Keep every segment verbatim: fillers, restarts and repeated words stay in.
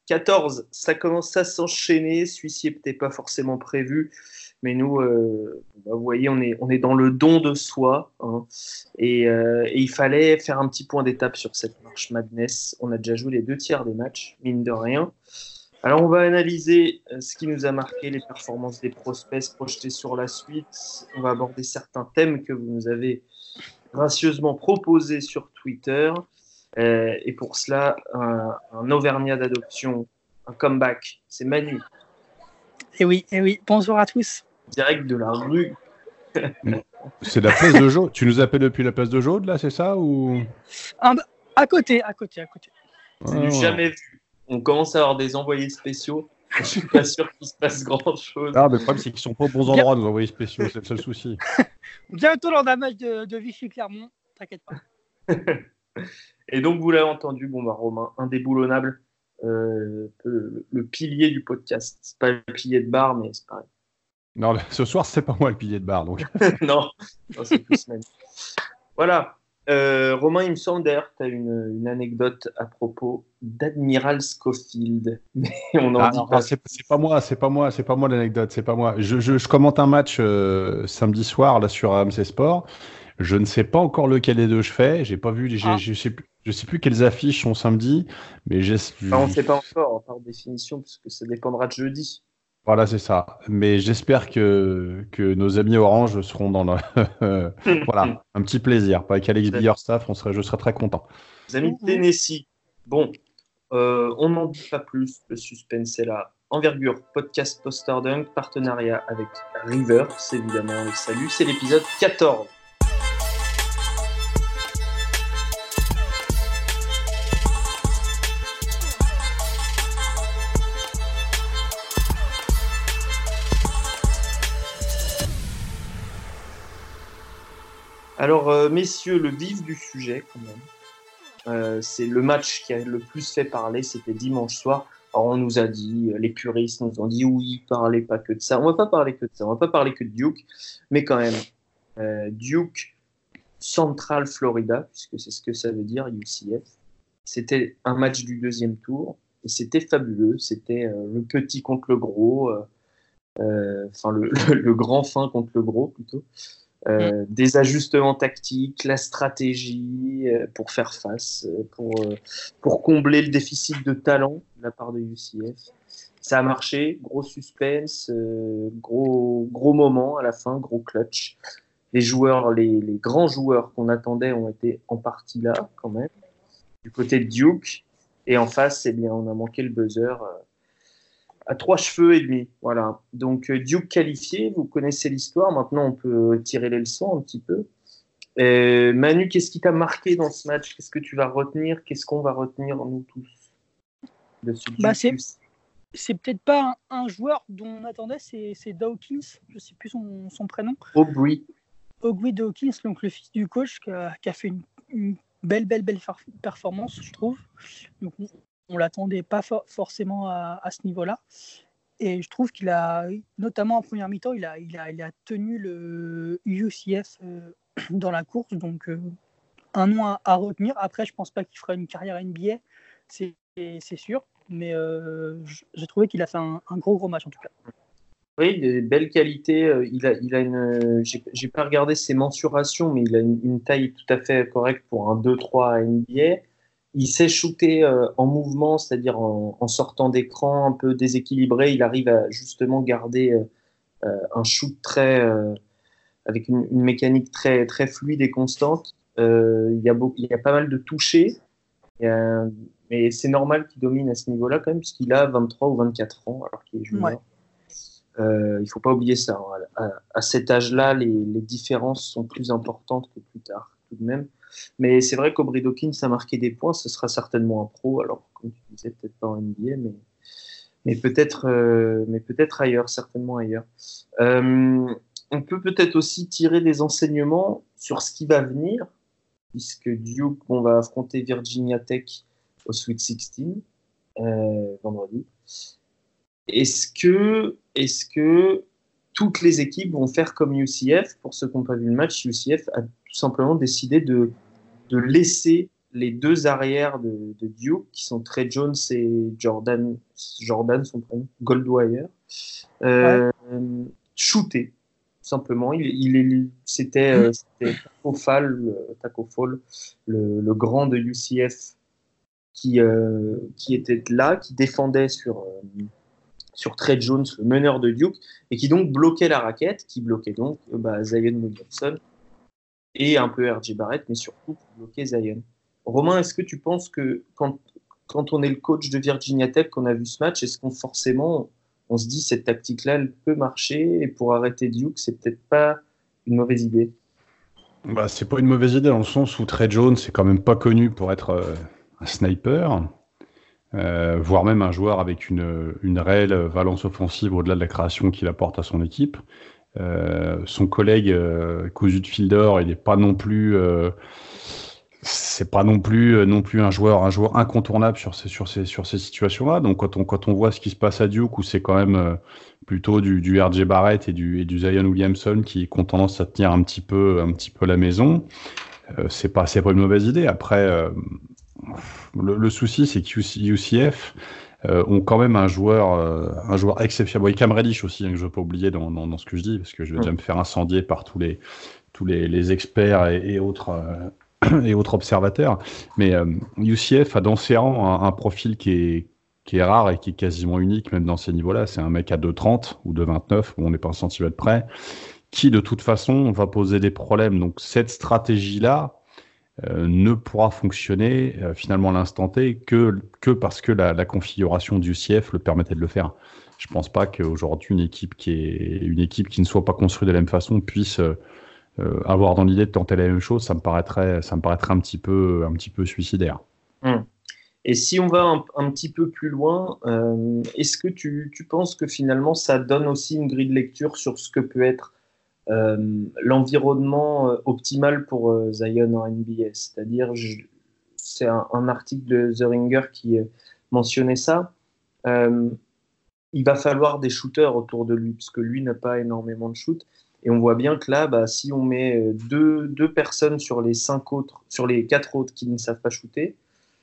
quatorze, ça commence à s'enchaîner. Celui-ci n'était pas forcément prévu. Mais nous, euh, bah, vous voyez, on est, on est dans le don de soi. Hein, et, euh, et il fallait faire un petit point d'étape sur cette March Madness. On a déjà joué les deux tiers des matchs, mine de rien. Alors, on va analyser ce qui nous a marqué, les performances des prospects, se projeter sur la suite. On va aborder certains thèmes que vous nous avez gracieusement proposés sur Twitter. Euh, et pour cela, un, un Auvergnat d'adoption, un comeback, c'est Manu. Et oui, et oui. Bonjour à tous. Direct de la rue. C'est la place de Jaude. Tu nous appelles depuis la place de Jaude, là, c'est ça ou... Un, à côté, à côté, à côté. C'est du jamais vu. On commence à avoir des envoyés spéciaux. Je suis pas sûr qu'il se passe grand-chose. Ah, mais le problème, c'est qu'ils sont pas aux bons endroits, nos envoyés spéciaux. C'est le seul souci. Bientôt lors d'un match de, de Vichy-Clermont. T'inquiète pas. Et donc, vous l'avez entendu, bon, bah, Romain, indéboulonnable, euh, le, le pilier du podcast. C'est pas le pilier de bar, mais c'est pareil. Non, ce soir, c'est pas moi le pilier de bar. Donc. non, non, c'est plus même. Voilà. Euh, Romain, il me semble d'ailleurs que tu as une, une anecdote à propos d'Admiral Schofield. Mais on en ah, dit non, pas. C'est, c'est pas moi, c'est pas moi, c'est pas moi l'anecdote, c'est pas moi. Je, je, je commente un match euh, samedi soir là sur A M C Sport. Je ne sais pas encore lequel des deux je fais. J'ai pas vu, j'ai, Ah. je sais plus, je sais plus quelles affiches sont samedi, mais j'ai. Enfin, on ne sait pas encore par définition parce que ça dépendra de jeudi. Voilà, c'est ça. Mais j'espère que, que nos amis Orange seront dans le... voilà, un petit plaisir. Pas avec Alex Biggerstaff, on serait, je serais très content. Les amis de Tennessee. Bon, euh, on n'en dit pas plus. Le suspense est là. Envergure, podcast Postardunk, partenariat avec Rivers, évidemment. Les salut, c'est l'épisode quatorze. Alors, euh, messieurs, le vif du sujet, quand même, euh, c'est le match qui a le plus fait parler, c'était dimanche soir. Alors, on nous a dit, les puristes nous ont dit, oui, parlez pas que de ça. On va pas parler que de ça, on va pas parler que de Duke, mais quand même, euh, Duke Central Florida, puisque c'est ce que ça veut dire, U C F. C'était un match du deuxième tour, et c'était fabuleux. C'était euh, le petit contre le gros, euh, euh, enfin, le, le, le grand fin contre le gros, plutôt. Euh, des ajustements tactiques, la stratégie euh, pour faire face, euh, pour, euh, pour combler le déficit de talent de la part de U C F. Ça a marché, gros suspense, euh, gros, gros moment à la fin, gros clutch. Les joueurs, les, les grands joueurs qu'on attendait ont été en partie là quand même, du côté de Duke. Et en face, eh bien, on a manqué le buzzer euh, à trois cheveux et demi. Voilà. Donc, Duke qualifié, vous connaissez l'histoire. Maintenant, on peut tirer les leçons un petit peu. Et Manu, qu'est-ce qui t'a marqué dans ce match? Qu'est-ce que tu vas retenir? Qu'est-ce qu'on va retenir, nous tous de ce bah, c'est, c'est peut-être pas un, un joueur dont on attendait, c'est, c'est Dawkins, je ne sais plus son, son prénom. Aubrey. Aubrey Dawkins, donc le fils du coach, qui a, qui a fait une, une belle, belle, belle performance, je trouve. Donc, on ne l'attendait pas for- forcément à, à ce niveau-là. Et je trouve qu'il a, notamment en première mi-temps, il a, il a, il a tenu le U C F euh, dans la course. Donc, euh, un nom à, à retenir. Après, je ne pense pas qu'il fera une carrière N B A, c'est, c'est sûr. Mais euh, j'ai trouvé qu'il a fait un, un gros, gros match, en tout cas. Oui, de belles qualités. Il a, il a une, j'ai, j'ai pas regardé ses mensurations, mais il a une, une taille tout à fait correcte pour un deux trois N B A. Il sait shooter euh, en mouvement, c'est-à-dire en, en sortant d'écran un peu déséquilibré. Il arrive à justement garder euh, un shoot très, euh, avec une, une mécanique très, très fluide et constante. Euh, il, y a beaucoup, il y a pas mal de touchés, il y a, mais c'est normal qu'il domine à ce niveau-là quand même, puisqu'il a vingt-trois ou vingt-quatre ans, alors qu'il est junior. Ouais. Euh, il ne faut pas oublier ça. Hein. À, à cet âge-là, les, les différences sont plus importantes que plus tard, tout de même. Mais c'est vrai qu'Aubrey Dawkins a marqué des points, ce sera certainement un pro, alors comme tu disais, peut-être pas en N B A, mais, mais, peut-être, euh, mais peut-être ailleurs, certainement ailleurs. Euh, on peut peut-être aussi tirer des enseignements sur ce qui va venir, puisque Duke, on va affronter Virginia Tech au Sweet seize euh, vendredi. Est-ce que, est-ce que toutes les équipes vont faire comme U C F? Pour ceux qui n'ont pas vu le match, U C F a tout simplement décidé de, de laisser les deux arrières de, de Duke, qui sont Trey Jones et Jordan, Jordan son prénom, Goldwire, euh, ouais. shooter, tout simplement. Il, il est, c'était, euh, c'était Taco Fall, le, Taco Fall, le, le grand de U C F, qui, euh, qui était là, qui défendait sur, euh, sur Trey Jones, le meneur de Duke, et qui donc bloquait la raquette, qui bloquait donc bah, Zion Williamson et un peu R J Barrett, mais surtout pour bloquer Zion. Romain, est-ce que tu penses que quand, quand on est le coach de Virginia Tech, qu'on a vu ce match, est-ce qu'on forcément, on se dit cette tactique-là, elle peut marcher, et pour arrêter Duke, c'est peut-être pas une mauvaise idée? Bah, c'est pas une mauvaise idée dans le sens où Trey Jones c'est quand même pas connu pour être euh, un sniper, euh, voire même un joueur avec une, une réelle valence offensive au-delà de la création qu'il apporte à son équipe. Euh, son collègue euh, cousu de Fildor, il n'est pas non plus, euh, c'est pas non plus euh, non plus un joueur un joueur incontournable sur ces sur ces sur ces situations-là. Donc quand on quand on voit ce qui se passe à Duke où c'est quand même euh, plutôt du, du R J Barrett et du et du Zion Williamson qui ont tendance à tenir un petit peu un petit peu la maison, euh, c'est pas c'est pas une mauvaise idée. Après, euh, le, le souci c'est que U C F Euh, ont quand même un joueur, euh, un joueur exceptionnel. Bon, et Cam Reddish aussi, hein, que je ne veux pas oublier dans, dans, dans ce que je dis, parce que je vais déjà me faire incendier par tous les, tous les, les experts et, et, autres, euh, et autres observateurs. Mais euh, U C F a dans ses rangs un, un profil qui est, qui est rare et qui est quasiment unique, même dans ces niveaux-là. C'est un mec à deux trente ou deux vingt-neuf, où on n'est pas un centimètre près, qui de toute façon va poser des problèmes. Donc cette stratégie-là, Euh, ne pourra fonctionner euh, finalement à l'instant T que, que parce que la, la configuration du U C F le permettait de le faire. Je pense pas qu'aujourd'hui une équipe qui est une équipe qui ne soit pas construite de la même façon puisse euh, avoir dans l'idée de tenter la même chose. Ça me paraîtrait, ça me paraîtrait un petit peu, un petit peu suicidaire. Hum. Et si on va un, un petit peu plus loin, euh, est-ce que tu, tu penses que finalement ça donne aussi une grille de lecture sur ce que peut être Euh, l'environnement euh, optimal pour euh, Zion en N B A? C'est-à-dire, je, c'est un, un article de The Ringer qui euh, mentionnait ça. Euh, il va falloir des shooters autour de lui, parce que lui n'a pas énormément de shoot. Et on voit bien que là, bah, si on met deux, deux personnes sur les cinq autres, sur les quatre autres qui ne savent pas shooter,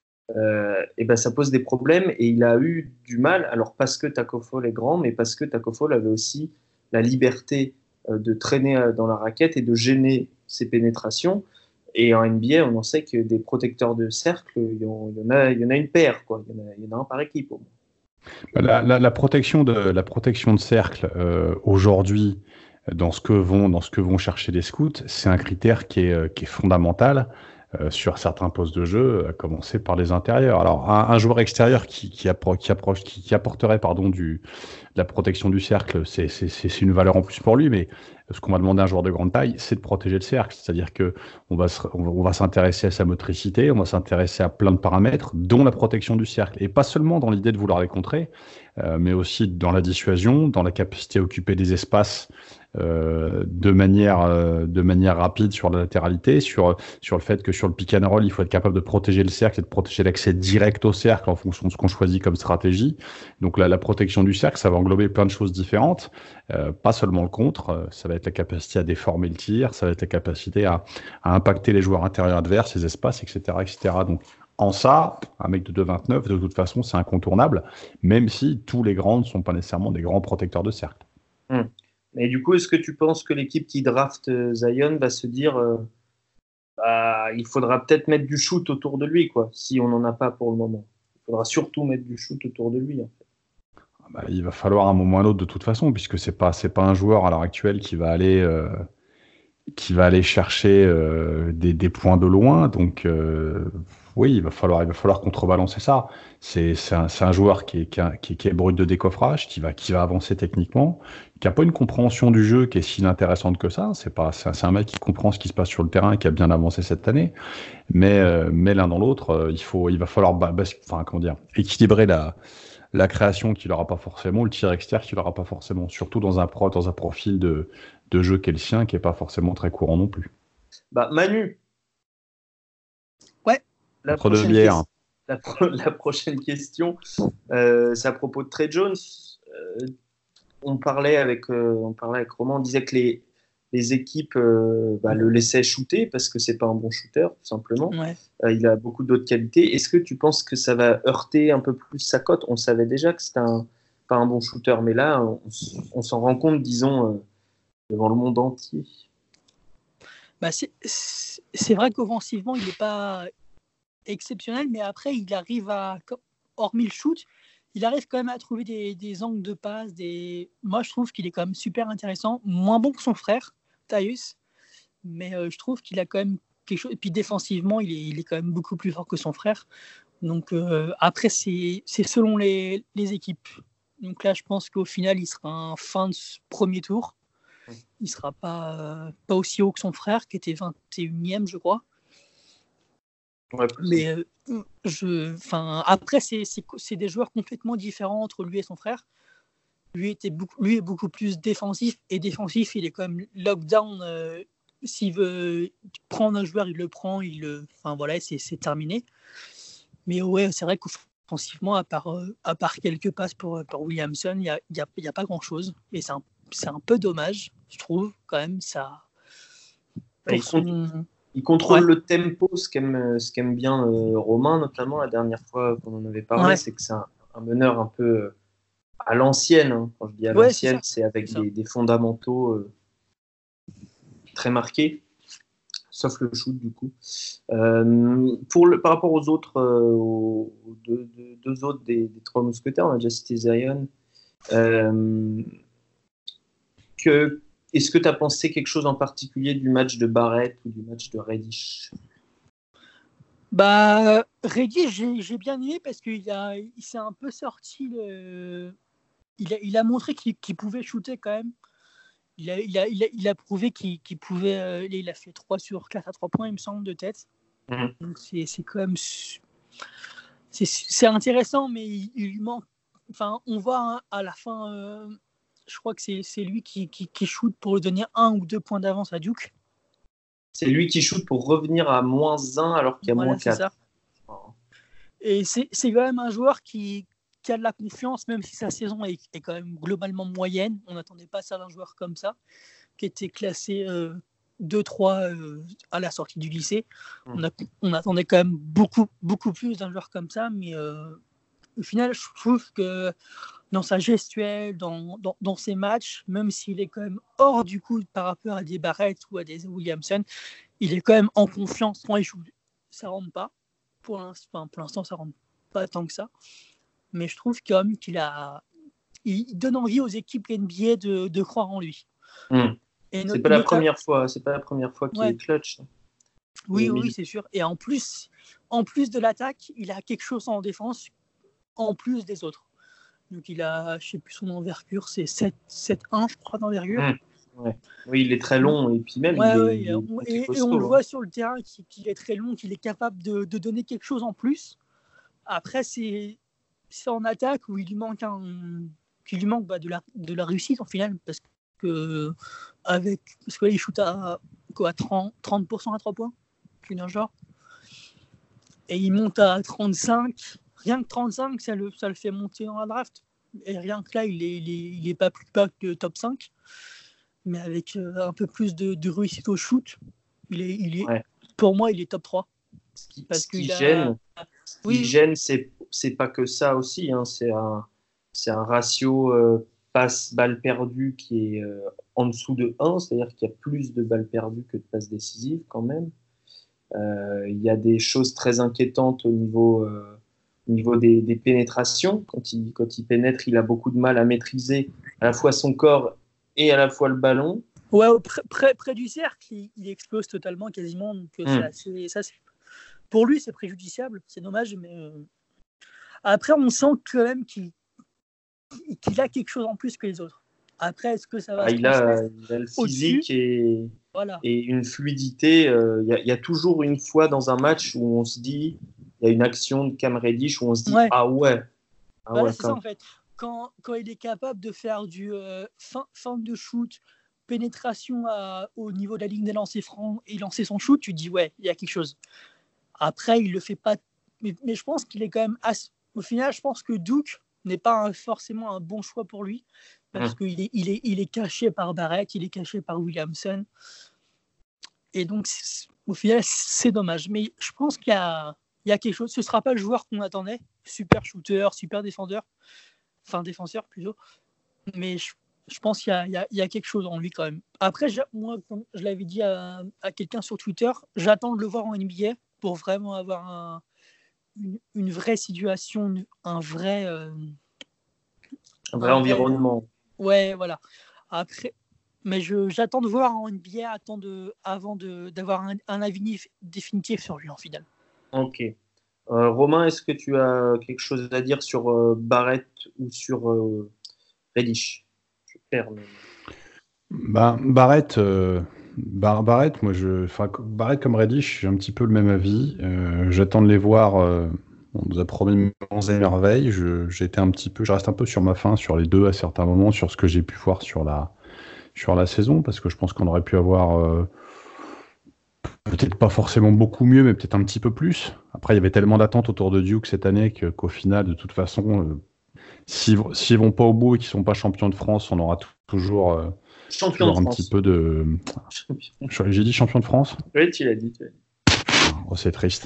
euh, et ben ça pose des problèmes. Et il a eu du mal, alors parce que Taco Fall est grand, mais parce que Taco Fall avait aussi la liberté de traîner dans la raquette et de gêner ses pénétrations. Et en N B A, on en sait que des protecteurs de cercle, il y en, il y en, a, il y en a une paire, quoi. Il y en a, il y en a un par équipe. Au moins. La, la, la protection de la protection de cercle euh, aujourd'hui, dans ce que vont dans ce que vont chercher les scouts, c'est un critère qui est qui est fondamental. Euh, sur certains postes de jeu, à commencer par les intérieurs. Alors, un, un joueur extérieur qui, qui, appro- qui, approche, qui, qui apporterait pardon, du, de la protection du cercle, c'est, c'est, c'est une valeur en plus pour lui, mais ce qu'on va demander à un joueur de grande taille, c'est de protéger le cercle. C'est-à-dire que on va, se, on va, on va s'intéresser à sa motricité, on va s'intéresser à plein de paramètres, dont la protection du cercle. Et pas seulement dans l'idée de vouloir les contrer, euh, mais aussi dans la dissuasion, dans la capacité à occuper des espaces Euh, de manière euh, de manière rapide sur la latéralité, sur sur le fait que sur le pick and roll, il faut être capable de protéger le cercle et de protéger l'accès direct au cercle en fonction de ce qu'on choisit comme stratégie. Donc la, la protection du cercle, ça va englober plein de choses différentes, euh, pas seulement le contre, ça va être la capacité à déformer le tir, ça va être la capacité à, à impacter les joueurs intérieurs adverses, les espaces, et cetera, et cetera. Donc en ça, un mec de deux vingt-neuf, de toute façon, c'est incontournable, même si tous les grands ne sont pas nécessairement des grands protecteurs de cercle. Hum. Mais du coup, est-ce que tu penses que l'équipe qui draft Zion va se dire euh, bah, il faudra peut-être mettre du shoot autour de lui, quoi, si on n'en a pas pour le moment. Il faudra surtout mettre du shoot autour de lui, en fait. Bah, il va falloir un moment ou un autre de toute façon, puisque c'est pas c'est pas un joueur à l'heure actuelle qui va aller euh, qui va aller chercher euh, des, des points de loin. Donc euh, oui, il va falloir il va falloir contrebalancer ça. C'est c'est un, c'est un joueur qui est qui, a, qui, qui est brut de décoffrage, qui va qui va avancer techniquement, qui a pas une compréhension du jeu qui est si intéressante que ça. C'est pas c'est un, c'est un mec qui comprend ce qui se passe sur le terrain et qui a bien avancé cette année. Mais euh, mais l'un dans l'autre, euh, il faut il va falloir bah, bah, enfin comment dire équilibrer la la création qu'il n'aura pas forcément, le tir extérieur qu'il n'aura pas forcément, surtout dans un pro, dans un profil de, de jeu qu'est le sien, qui n'est pas forcément très courant non plus. Bah, Manu. Ouais. La Entre deux bières. La, pro- la prochaine question, euh, c'est à propos de Trey Jones. Euh, on parlait avec, euh, on parlait avec Romain, on disait que les, les équipes euh, bah, le laissaient shooter parce que c'est pas un bon shooter, tout simplement. Ouais. Euh, il a beaucoup d'autres qualités. Est-ce que tu penses que ça va heurter un peu plus sa cote? On savait déjà que c'était un, pas un bon shooter, mais là, on, on s'en rend compte, disons, euh, devant le monde entier. Bah, c'est, c'est vrai qu'offensivement, il n'est pas exceptionnel, mais après, il arrive à, hormis le shoot, il arrive quand même à trouver des, des angles de passe. Des... Moi, je trouve qu'il est quand même super intéressant. Moins bon que son frère, Tyus, mais euh, je trouve qu'il a quand même quelque chose. Et puis défensivement, il est, il est quand même beaucoup plus fort que son frère. Donc euh, après, c'est, c'est selon les, les équipes. Donc là, je pense qu'au final, il sera un fin de premier tour. Il ne sera pas, euh, pas aussi haut que son frère, qui était vingt et unième, je crois. Ouais, mais euh, je, après, c'est, c'est, c'est des joueurs complètement différents entre lui et son frère. Lui, était beaucoup, lui est beaucoup plus défensif, et défensif, il est quand même lockdown. Euh, s'il veut prendre un joueur, il le prend, il le, enfin voilà, c'est, c'est terminé. Mais ouais, c'est vrai qu'offensivement, à part, euh, à part quelques passes pour, pour Williamson, il n'y a, y a, y a pas grand-chose. Et c'est un, c'est un peu dommage, je trouve, quand même. Ça, pour il, son... con... il contrôle ouais. le tempo, ce qu'aime, ce qu'aime bien euh, Romain, notamment la dernière fois qu'on en avait parlé, ouais. c'est que c'est un, un meneur un peu à l'ancienne. Hein. Quand je dis à ouais, l'ancienne, c'est, c'est avec c'est des, des fondamentaux euh, très marqués. Sauf le shoot du coup. Euh, pour le, par rapport aux autres, euh, aux deux, deux, deux autres des, des trois mousquetaires, on a déjà cité Zion. Euh, que, est-ce que tu as pensé quelque chose en particulier du match de Barrett ou du match de Reddish? Bah, Reddish, j'ai, j'ai bien aimé parce qu'il a, il s'est un peu sorti. Le... Il, a, il a montré qu'il, qu'il pouvait shooter quand même. Il a, il a, il a, il a prouvé qu'il, qu'il pouvait. Euh, il a fait trois sur quatre à trois points, il me semble, de tête. Mmh. Donc c'est, c'est quand même. C'est, c'est intéressant, mais il, il lui manque. Enfin, on voit hein, à la fin, euh, je crois que c'est, c'est lui qui, qui, qui shoot pour donner un ou deux points d'avance à Duke. C'est lui qui shoot pour revenir à moins un alors qu'il y a voilà, moins quatre. C'est ça. Oh. Et c'est, c'est quand même un joueur qui. qui a de la confiance, même si sa saison est, est quand même globalement moyenne. On n'attendait pas ça d'un joueur comme ça, qui était classé euh, deux trois euh, à la sortie du lycée. Mmh. On, a, on attendait quand même beaucoup, beaucoup plus d'un joueur comme ça, mais euh, au final, je trouve que dans sa gestuelle, dans, dans, dans ses matchs, même s'il est quand même hors du coup par rapport à des Barrett ou à des Williamson, il est quand même en confiance quand il joue. Ça ne rentre pas. Pour l'instant, enfin, pour l'instant, ça ne rentre pas tant que ça. Mais je trouve quand même qu'il a, il donne envie aux équipes N B A de, de croire en lui. Mmh. Et c'est no- pas la première fois, c'est pas la première fois qu'il ouais. est clutch. Oui, oui, oui, c'est sûr. Et en plus, en plus de l'attaque, il a quelque chose en défense, en plus des autres. Donc il a, je sais plus son envergure, c'est sept un, je crois, d'envergure. Mmh. Ouais. Oui, il est très long et puis même ouais, il est, ouais, il est et, et on le voit sur le terrain qu'il, qu'il est très long, qu'il est capable de, de donner quelque chose en plus. Après, c'est c'est en attaque où il lui manque un, qu'il lui manque bah, de la de la réussite en final parce que avec parce que là, il shoot à quoi trente pour cent à trois points, plus d'un genre, et il monte à trente-cinq. Rien que trente-cinq, ça le ça le fait monter dans la draft. Et rien que là, il est il est, il est pas plus bas que top cinq, mais avec euh, un peu plus de, de réussite au shoot, il est il est ouais. Pour moi, il est top trois. Ce qui, parce ce qui gêne, a... ce qui oui, gêne, c'est c'est pas que ça aussi. Hein, c'est un c'est un ratio euh, passe balle perdue qui est euh, en dessous de un, c'est-à-dire qu'il y a plus de balles perdues que de passes décisives quand même. Euh, il y a des choses très inquiétantes au niveau euh, au niveau des, des pénétrations. Quand il quand il pénètre, il a beaucoup de mal à maîtriser à la fois son corps et à la fois le ballon. Ouais, près, près, près du cercle, il, il explose totalement quasiment. Donc mmh. c'est assez, ça, c'est... Pour lui, c'est préjudiciable, c'est dommage, mais euh... après, on sent quand même qu'il... qu'il a quelque chose en plus que les autres. Après, est-ce que ça va ah, se il, a, il a le physique et, voilà. et une fluidité. Il euh, y, y a toujours une fois dans un match où on se dit, il y a une action de Cam Reddish où on se dit, ouais. ah ouais. Ah voilà, ouais, c'est quand... ça en fait. Quand, quand il est capable de faire du euh, fin, fin de shoot, pénétration à, au niveau de la ligne des lancers francs et lancer son shoot, tu te dis, ouais, il y a quelque chose. Après, il le fait pas. Mais, mais je pense qu'il est quand même. Assez... Au final, je pense que Duke, n'est pas un, forcément un bon choix pour lui, parce mmh. qu'il est, il est, il est caché par Barrett, il est caché par Williamson. Et donc, au final, c'est dommage. Mais je pense qu'il y a, il y a quelque chose. Ce ne sera pas le joueur qu'on attendait. Super shooter, super défenseur. Enfin, défenseur plutôt. Mais je, je pense qu'il y a, il y, a, il y a quelque chose en lui quand même. Après, je, moi, comme je l'avais dit à, à quelqu'un sur Twitter, j'attends de le voir en N B A pour vraiment avoir un, une, une vraie situation, un vrai... Euh, un vrai un environnement. Vrai, ouais, voilà. Après... Mais je, j'attends de voir en N B A attends de, avant de, d'avoir un, un avis définitif sur lui en finale. Ok. Euh, Romain, est-ce que tu as quelque chose à dire sur euh, Barrett ou sur euh, Reddish? Je perds. Mais... Bah, Barrett, euh, Bar- Barrett, moi, je, Barrett comme Reddish, j'ai un petit peu le même avis. Euh, j'attends de les voir. Euh, on nous a promis monts et merveilles. Je, j'étais un petit peu, je reste un peu sur ma faim sur les deux à certains moments, sur ce que j'ai pu voir sur la. sur la saison, parce que je pense qu'on aurait pu avoir euh, peut-être pas forcément beaucoup mieux, mais peut-être un petit peu plus. Après, il y avait tellement d'attentes autour de Duke cette année que, qu'au final, de toute façon, euh, s'ils, s'ils vont pas au bout et qu'ils sont pas champions de France, on aura t- toujours, euh, toujours un France. Petit peu de... J'ai dit champion de France ? Oui, tu l'as dit. Tu l'as dit. Oh, c'est triste.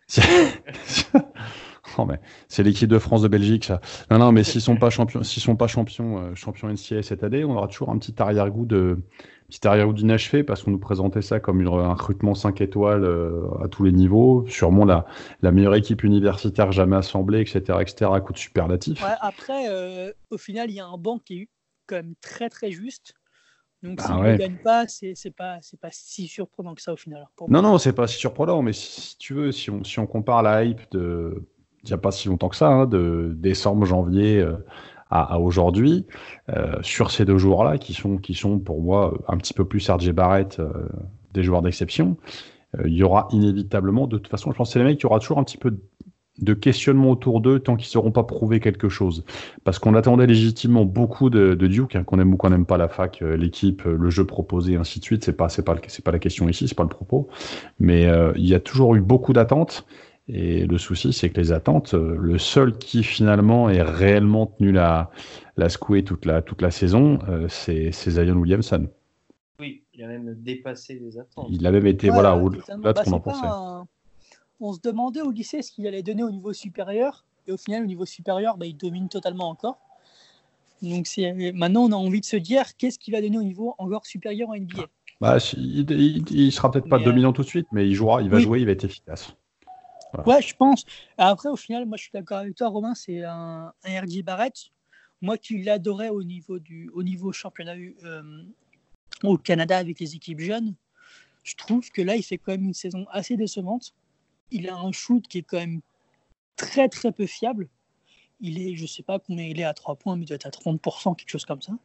Oh, mais c'est l'équipe de France de Belgique, ça. Non, non, mais s'ils sont pas champions, s'ils sont pas champions, euh, champions N C A A cette année, on aura toujours un petit arrière-goût de, petit arrière-goût d'inachevé parce qu'on nous présentait ça comme une, un recrutement cinq étoiles euh, à tous les niveaux, sûrement la, la meilleure équipe universitaire jamais assemblée, et cetera, et cetera, à coup de superlatif. Ouais, après, euh, au final, il y a un banc qui est quand même très très juste. Donc, bah, s'il ne ouais. gagne pas, c'est, c'est pas, c'est pas si surprenant que ça au final. Pour non, moi. non, c'est pas si surprenant, mais si, si tu veux, si on, si on compare la hype de. Il n'y a pas si longtemps que ça, hein, de décembre, janvier euh, à, à aujourd'hui, euh, sur ces deux joueurs-là, qui sont, qui sont pour moi un petit peu plus R J Barrett, euh, des joueurs d'exception, il euh, y aura inévitablement, de toute façon, je pense que c'est les mecs qui aura toujours un petit peu de questionnement autour d'eux tant qu'ils ne sauront pas prouver quelque chose. Parce qu'on attendait légitimement beaucoup de, de Duke, hein, qu'on aime ou qu'on n'aime pas la fac, euh, l'équipe, euh, le jeu proposé, ainsi de suite, c'est pas, c'est pas, c'est pas la question ici, c'est pas le propos. Mais il euh, y a toujours eu beaucoup d'attentes. Et le souci, c'est que les attentes, le seul qui finalement est réellement tenu la, la secouée toute la, toute la saison, euh, c'est, c'est Zion Williamson. Oui, il a même dépassé les attentes. Il a même été, ouais, voilà, ouais, au-delà de bah, ce qu'on en pensait. Un... On se demandait au lycée ce qu'il allait donner au niveau supérieur, et au final, au niveau supérieur, bah, il domine totalement encore. Donc c'est... maintenant, on a envie de se dire qu'est-ce qu'il va donner au niveau encore supérieur en N B A. Bah, il, il, il sera peut-être pas mais dominant euh... tout de suite, mais il jouera, il va oui. jouer, il va être efficace. Voilà. Ouais, je pense. Après, au final, moi, je suis d'accord avec toi, Romain, c'est un, un R J Barrett. Moi qui l'adorais au niveau, du, au niveau championnat euh, au Canada avec les équipes jeunes, je trouve que là, il fait quand même une saison assez décevante. Il a un shoot qui est quand même très, très peu fiable. Il est, je ne sais pas combien il est à trois points, mais il doit être à trente pour cent, quelque chose comme ça.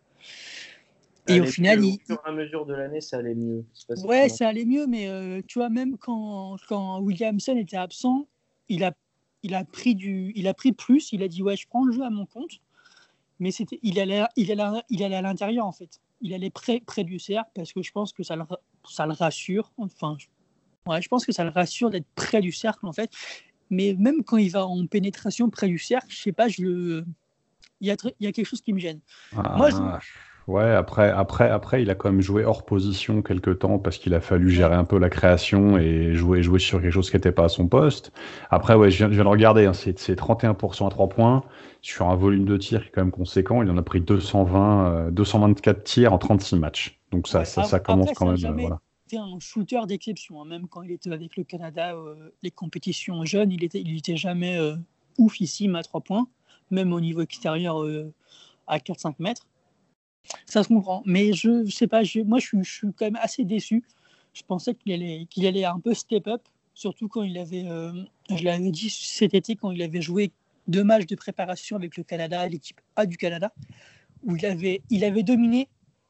Et au final, il... au fur et à mesure de l'année, ça allait mieux. Ouais, ça allait mieux, mais euh, tu vois, même quand, quand Williamson était absent, il a, il, a pris du, il a pris plus. Il a dit, ouais, je prends le jeu à mon compte. Mais c'était, il, allait, il, allait, il allait à l'intérieur, en fait. Il allait près, près du cercle parce que je pense que ça le, ça le rassure. Enfin, je, ouais, je pense que ça le rassure d'être près du cercle, en fait. Mais même quand il va en pénétration près du cercle, je sais pas, je le... il, y a, il y a quelque chose qui me gêne. Ah. Moi, je... Ouais, après, après, après, il a quand même joué hors position quelque temps parce qu'il a fallu gérer un peu la création et jouer, jouer sur quelque chose qui n'était pas à son poste. Après, ouais, je viens, je viens de regarder, hein, c'est, c'est trente et un pour cent à trois points sur un volume de tirs qui est quand même conséquent. Il en a pris deux cent vingt, euh, deux cent vingt-quatre tirs en trente-six matchs. Donc ça, ouais, ça, ça commence après, quand même. Ça euh, voilà. C'était un shooter d'exception, hein. Même quand il était avec le Canada, euh, les compétitions jeunes, il était, il était jamais euh, oufissime à trois points, même au niveau extérieur euh, à quatre cinq mètres. Ça se comprend, mais je ne sais pas, je, moi je suis, je suis quand même assez déçu. Je pensais qu'il allait, qu'il allait un peu step up, surtout quand il avait, euh, je l'avais dit cet été, quand il avait joué deux matchs de préparation avec le Canada, l'équipe A du Canada, où il avait, il avait dominé,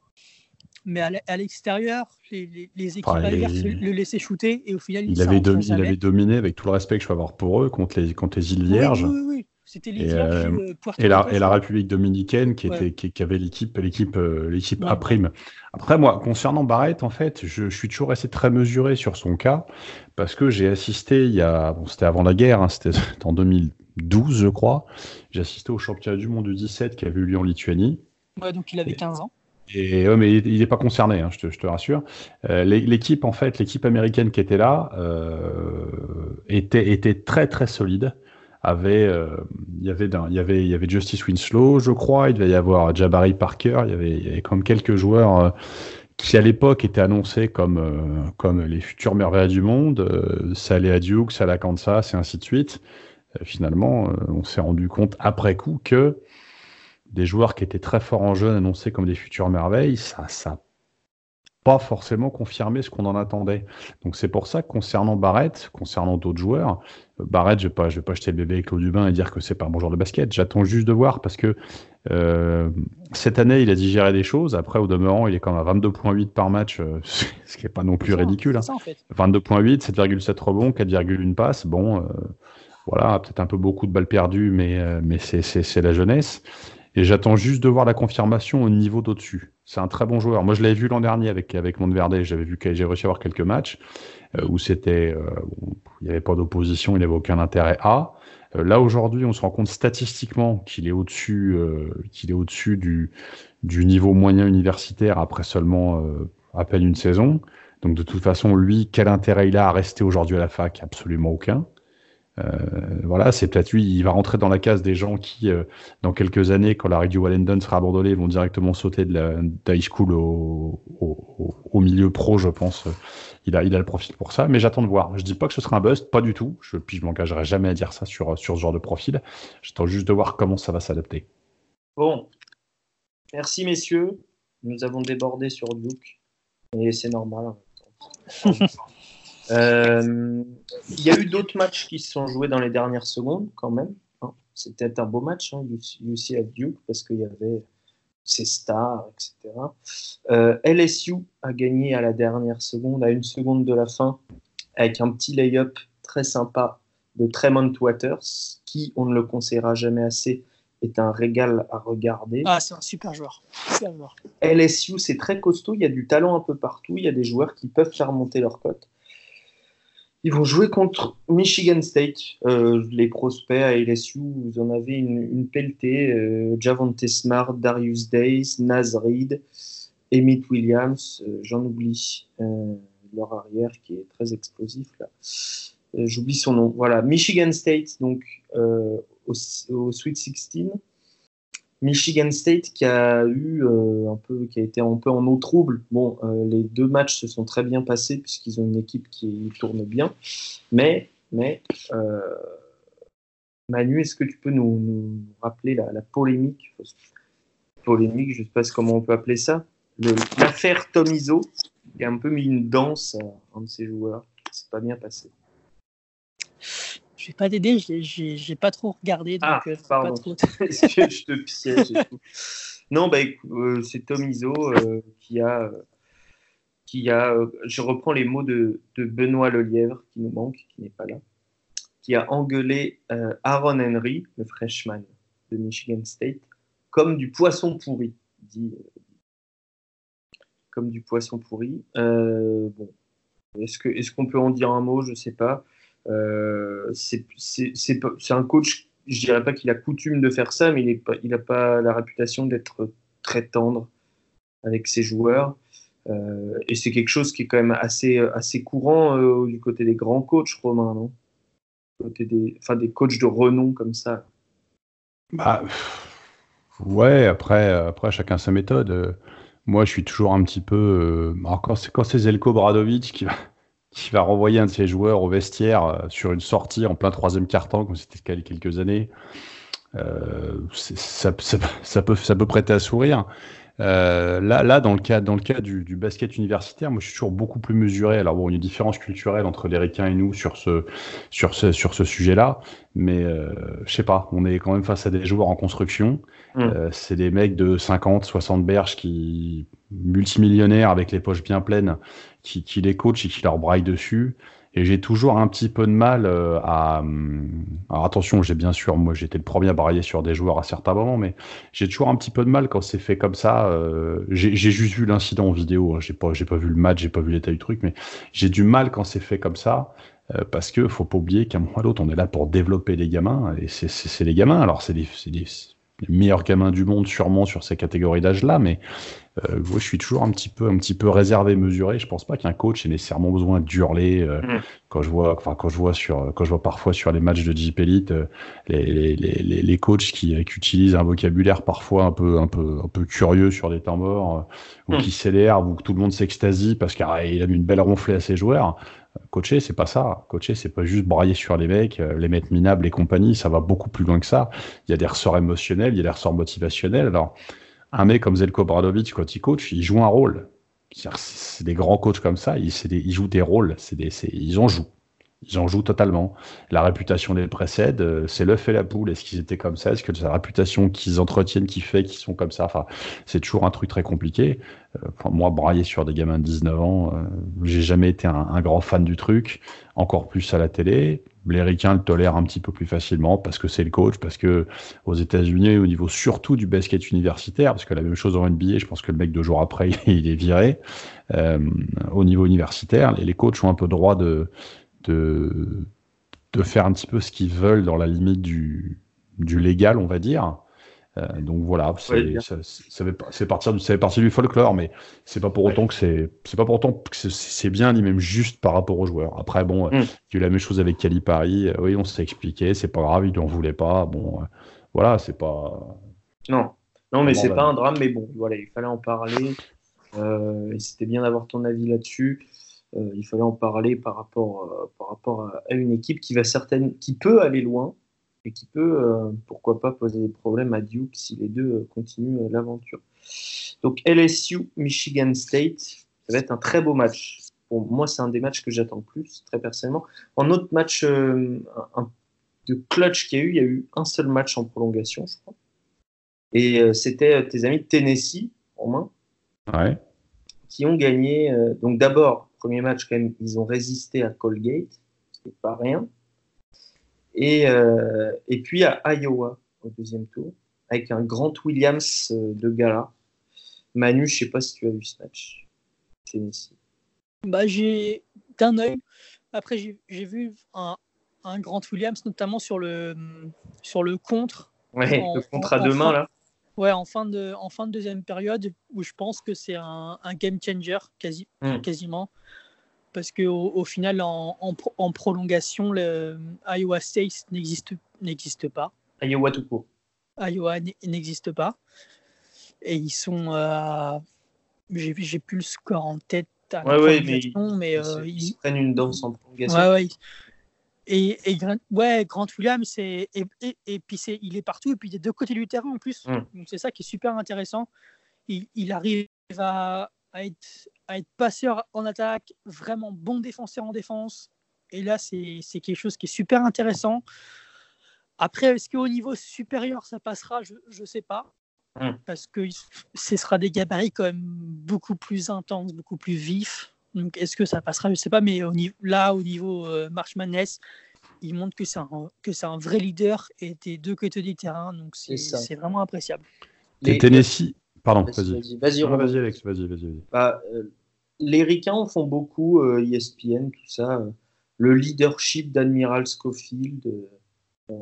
mais à l'extérieur, les, les, les équipes enfin, adverses il... le laissaient shooter, et au final, il, avait, dom- il avait dominé, avec tout le respect que je peux avoir pour eux, contre les, contre les îles Vierges. Oui, oui, oui, oui. C'était les et, Vierges euh, et, Puerto et, la, Rico, et la République dominicaine qui, ouais. était, qui, qui avait l'équipe, l'équipe, euh, l'équipe ouais. A prime. Après, moi, concernant Barrett, en fait, je, je suis toujours resté très mesuré sur son cas parce que j'ai assisté, il y a, bon, c'était avant la guerre, hein, c'était en deux mille, douze, je crois. J'ai assisté au championnat du monde du dix-sept qui avait eu lieu en Lituanie. Ouais, donc il avait quinze ans. Et ouais, mais il n'est pas concerné, hein, je, te, je te rassure. Euh, l'équipe, en fait, l'équipe américaine qui était là euh, était, était très très solide. Avait, euh, il y avait, d'un, il y avait, il y avait Justice Winslow, je crois. Il devait y avoir Jabari Parker. Il y avait, il y avait quand même quelques joueurs euh, qui à l'époque étaient annoncés comme euh, comme les futures merveilles du monde. Euh, ça allait à Duke, ça allait à Kansas, et ainsi de suite. Euh, finalement, euh, on s'est rendu compte après coup que des joueurs qui étaient très forts en jeu annoncés comme des futures merveilles, ça n'a pas forcément confirmé ce qu'on en attendait. Donc c'est pour ça que concernant Barrett, concernant d'autres joueurs, Barrett, je ne vais pas, je vais pas jeter le bébé avec l'eau du bain et dire que c'est pas un bon joueur de basket. J'attends juste de voir parce que euh, cette année, il a digéré des choses. Après, au demeurant, il est quand même à vingt-deux virgule huit par match, euh, ce qui n'est pas non plus C'est ça, ridicule. c'est Hein. ça, en fait. vingt-deux virgule huit, sept virgule sept rebonds, quatre virgule un passes. Bon, euh, voilà, peut-être un peu beaucoup de balles perdues, mais, euh, mais c'est, c'est, c'est la jeunesse. Et j'attends juste de voir la confirmation au niveau d'au-dessus. C'est un très bon joueur. Moi, je l'avais vu l'an dernier avec, avec Montverde. J'avais vu que j'ai réussi à avoir quelques matchs euh, où c'était, euh, bon, il n'y avait pas d'opposition, il n'avait aucun intérêt à. Euh, là, aujourd'hui, on se rend compte statistiquement qu'il est au-dessus, euh, qu'il est au-dessus du, du niveau moyen universitaire après seulement euh, à peine une saison. Donc, de toute façon, lui, quel intérêt il a à rester aujourd'hui à la fac? Absolument aucun. Euh, voilà, c'est peut-être lui, il va rentrer dans la case des gens qui, euh, dans quelques années, quand la règle du One and Done sera abandonnée, vont directement sauter de la de high school au, au, au milieu pro, je pense. Il a, il a le profil pour ça, mais j'attends de voir. Je dis pas que ce sera un bust, pas du tout. Je, puis je m'engagerai jamais à dire ça sur, sur ce genre de profil. J'attends juste de voir comment ça va s'adapter. Bon, merci messieurs. Nous avons débordé sur Duke, et c'est normal. Euh, il y a eu d'autres matchs qui se sont joués dans les dernières secondes, quand même. Hein. C'était un beau match, hein, U C F Duke, parce qu'il y avait ses stars, et cetera. Euh, L S U a gagné à la dernière seconde, à une seconde de la fin, avec un petit lay-up très sympa de Tremont Waters, qui, on ne le conseillera jamais assez, est un régal à regarder. Ah, c'est un super joueur. Super joueur. L S U, c'est très costaud, il y a du talent un peu partout, il y a des joueurs qui peuvent faire monter leur cote. Ils vont jouer contre Michigan State. Euh, les prospects à L S U, vous en avez une, une pelletée. Euh, Javonte Smart, Darius Days, Naz Reid, Emmett Williams, euh, j'en oublie. Euh, leur arrière qui est très explosif là. Euh, j'oublie son nom. Voilà, Michigan State, donc euh, au, au Sweet seize. Michigan State qui a eu euh, un peu, qui a été un peu en eau trouble. Bon, euh, les deux matchs se sont très bien passés puisqu'ils ont une équipe qui tourne bien. Mais, mais euh, Manu, est-ce que tu peux nous, nous rappeler la, la polémique, polémique, je ne sais pas comment on peut appeler ça, le, l'affaire Tom Izzo qui a un peu mis une danse à un de ses joueurs. C'est pas bien passé. Je vais pas t'aider, j'ai, j'ai, j'ai pas trop regardé. Donc ah, euh, pardon. Pas trop... Est-ce que je te piège et tout. Non, bah, euh, c'est Tom Izzo euh, qui a, euh, qui a euh, je reprends les mots de, de Benoît Lelièvre, qui nous manque, qui n'est pas là, qui a engueulé euh, Aaron Henry, le freshman de Michigan State, comme du poisson pourri, dit, euh, comme du poisson pourri. Euh, bon, est-ce que, est-ce qu'on peut en dire un mot? Je sais pas. Euh, c'est, c'est, c'est, c'est un coach, je dirais pas qu'il a coutume de faire ça, mais il est pas, il a pas la réputation d'être très tendre avec ses joueurs. Euh, et c'est quelque chose qui est quand même assez, assez courant euh, du côté des grands coachs romains, non? Du côté des, enfin des coachs de renom comme ça. Bah, ouais, après, après chacun sa méthode. Euh, moi, je suis toujours un petit peu. Euh, alors quand c'est, quand c'est Zeljko Obradović qui va. qui va renvoyer un de ses joueurs au vestiaire euh, sur une sortie en plein troisième quart-temps, comme c'était le cas il y a quelques années. Euh, c'est, ça, ça, ça, peut, ça peut prêter à sourire. Euh, là, là, dans le cas, dans le cas du, du basket universitaire, moi, je suis toujours beaucoup plus mesuré. Alors bon, il y a une différence culturelle entre les Ricains et nous sur ce, sur ce, sur ce sujet-là, mais euh, je sais pas. On est quand même face à des joueurs en construction. Mmh. Euh, c'est des mecs de cinquante, soixante berges qui multimillionnaires avec les poches bien pleines, qui, qui les coachent et qui leur braillent dessus. Et j'ai toujours un petit peu de mal euh, à... Alors attention, j'ai bien sûr, moi j'étais le premier à brailler sur des joueurs à certains moments, mais j'ai toujours un petit peu de mal quand c'est fait comme ça. Euh, j'ai, j'ai juste vu l'incident en vidéo, hein. j'ai pas, j'ai pas vu le match, j'ai pas vu l'état du truc, mais j'ai du mal quand c'est fait comme ça. euh, parce que faut pas oublier qu'à un moment ou à l'autre, on est là pour développer les gamins, et c'est, c'est, c'est les gamins. Alors, c'est des, c'est des les meilleurs gamins du monde, sûrement, sur ces catégories d'âge-là, mais euh, moi, je suis toujours un petit peu, un petit peu réservé, mesuré. Je pense pas qu'un coach ait nécessairement besoin d'hurler. Euh, mmh. Quand je vois, enfin, quand je vois sur, quand je vois parfois sur les matchs de Jeep Elite, euh, les, les, les, les coachs qui, qui utilisent un vocabulaire parfois un peu, un peu, un peu curieux sur des temps morts, euh, ou mmh. qui s'énervent, ou que tout le monde s'extasie parce qu'il a mis une belle ronflée à ses joueurs. Coacher, c'est pas ça. Coacher, c'est pas juste brailler sur les mecs, les mettre minables et compagnie. Ça va beaucoup plus loin que ça. Il y a des ressorts émotionnels, il y a des ressorts motivationnels. Alors, un mec comme Zeljko Obradović, quand il coach, il joue un rôle. C'est-à-dire, c'est des grands coachs comme ça, ils, c'est des, ils jouent des rôles. C'est des, c'est, ils en jouent. Ils en jouent totalement. La réputation les précède, c'est l'œuf et la poule. Est-ce qu'ils étaient comme ça? Est-ce que c'est la réputation qu'ils entretiennent qui fait qu'ils sont comme ça? Enfin, c'est toujours un truc très compliqué. Enfin, moi, brailler sur des gamins de dix-neuf ans, euh, j'ai jamais été un, un grand fan du truc. Encore plus à la télé. Les ricains le tolèrent un petit peu plus facilement parce que c'est le coach, parce que aux États-Unis, au niveau surtout du basket universitaire, parce que la même chose en N B A, je pense que le mec deux jours après, il est viré. Euh, au niveau universitaire, les, les coachs ont un peu droit de De, de faire un petit peu ce qu'ils veulent dans la limite du, du légal, on va dire. Euh, donc voilà, c'est, ouais, ça, ça, fait, c'est partir du, ça fait partie du folklore, mais c'est pas pour autant ouais. que c'est, c'est pas pour autant que c'est, c'est bien ni même juste par rapport aux joueurs. Après, bon, mm. il y a eu la même chose avec Calipari. Euh, oui, on s'est expliqué, c'est pas grave, il lui en voulait pas. Bon, euh, voilà, c'est pas. Non, non, mais c'est pas un drame, mais bon, voilà, il fallait en parler. Euh, et c'était bien d'avoir ton avis là-dessus. Euh, il fallait en parler par rapport, euh, par rapport à, à une équipe qui va certaine, qui peut aller loin et qui peut, euh, pourquoi pas, poser des problèmes à Duke si les deux euh, continuent euh, l'aventure. Donc L S U, Michigan State, ça va être un très beau match. Pour moi, c'est un des matchs que j'attends le plus, très personnellement. En autre match euh, un, un, de clutch qu'il y a eu, il y a eu un seul match en prolongation, je crois. Et euh, c'était euh, tes amis de Tennessee, Romain, ouais. qui ont gagné. Euh, donc d'abord, premier match, quand même, ils ont résisté à Colgate, c'est pas rien. Et, euh, et puis à Iowa, au deuxième tour, avec un Grant Williams euh, de gala. Manu, je sais pas si tu as vu ce match. Tennessee. Bah, j'ai d'un œil. Après, j'ai, j'ai vu un, un Grant Williams, notamment sur le, sur le contre. Ouais, en, le contre à deux mains, là. Ouais, en fin, de, en fin de deuxième période, où je pense que c'est un, un game changer, quasi, mm. quasiment. Parce qu'au au final, en, en, en prolongation, le Iowa State n'existe, n'existe pas. Iowa tout court. Iowa n'existe pas. Et ils sont... Euh, j'ai, j'ai plus le score en tête à la ouais, prolongation, mais, mais... Ils, euh, ils, ils se prennent une danse en prolongation. Ouais, ouais. Et, et ouais, Grant Williams, c'est, et, et, et puis c'est, il est partout, et puis des deux côtés du terrain en plus. Mm. Donc c'est ça qui est super intéressant. Il, il arrive à, à, être, à être passeur en attaque, vraiment bon défenseur en défense. Et là, c'est, c'est quelque chose qui est super intéressant. Après, est-ce qu'au niveau supérieur, ça passera? Je ne sais pas. Mm. Parce que ce sera des gabarits quand même beaucoup plus intenses, beaucoup plus vifs. Donc, est-ce que ça passera? Je ne sais pas, mais au niveau, là, au niveau euh, March Madness, il montre que c'est, un, que c'est un vrai leader et des deux côtés du terrain. Donc, c'est, c'est, c'est vraiment appréciable. Les Tennessee. Pardon, vas-y. Vas-y, vas-y, non, vas-y Alex, vas-y, vas-y. vas-y. Bah, euh, les ricains font beaucoup, euh, E S P N, tout ça. Euh, le leadership d'Admiral Schofield. Euh,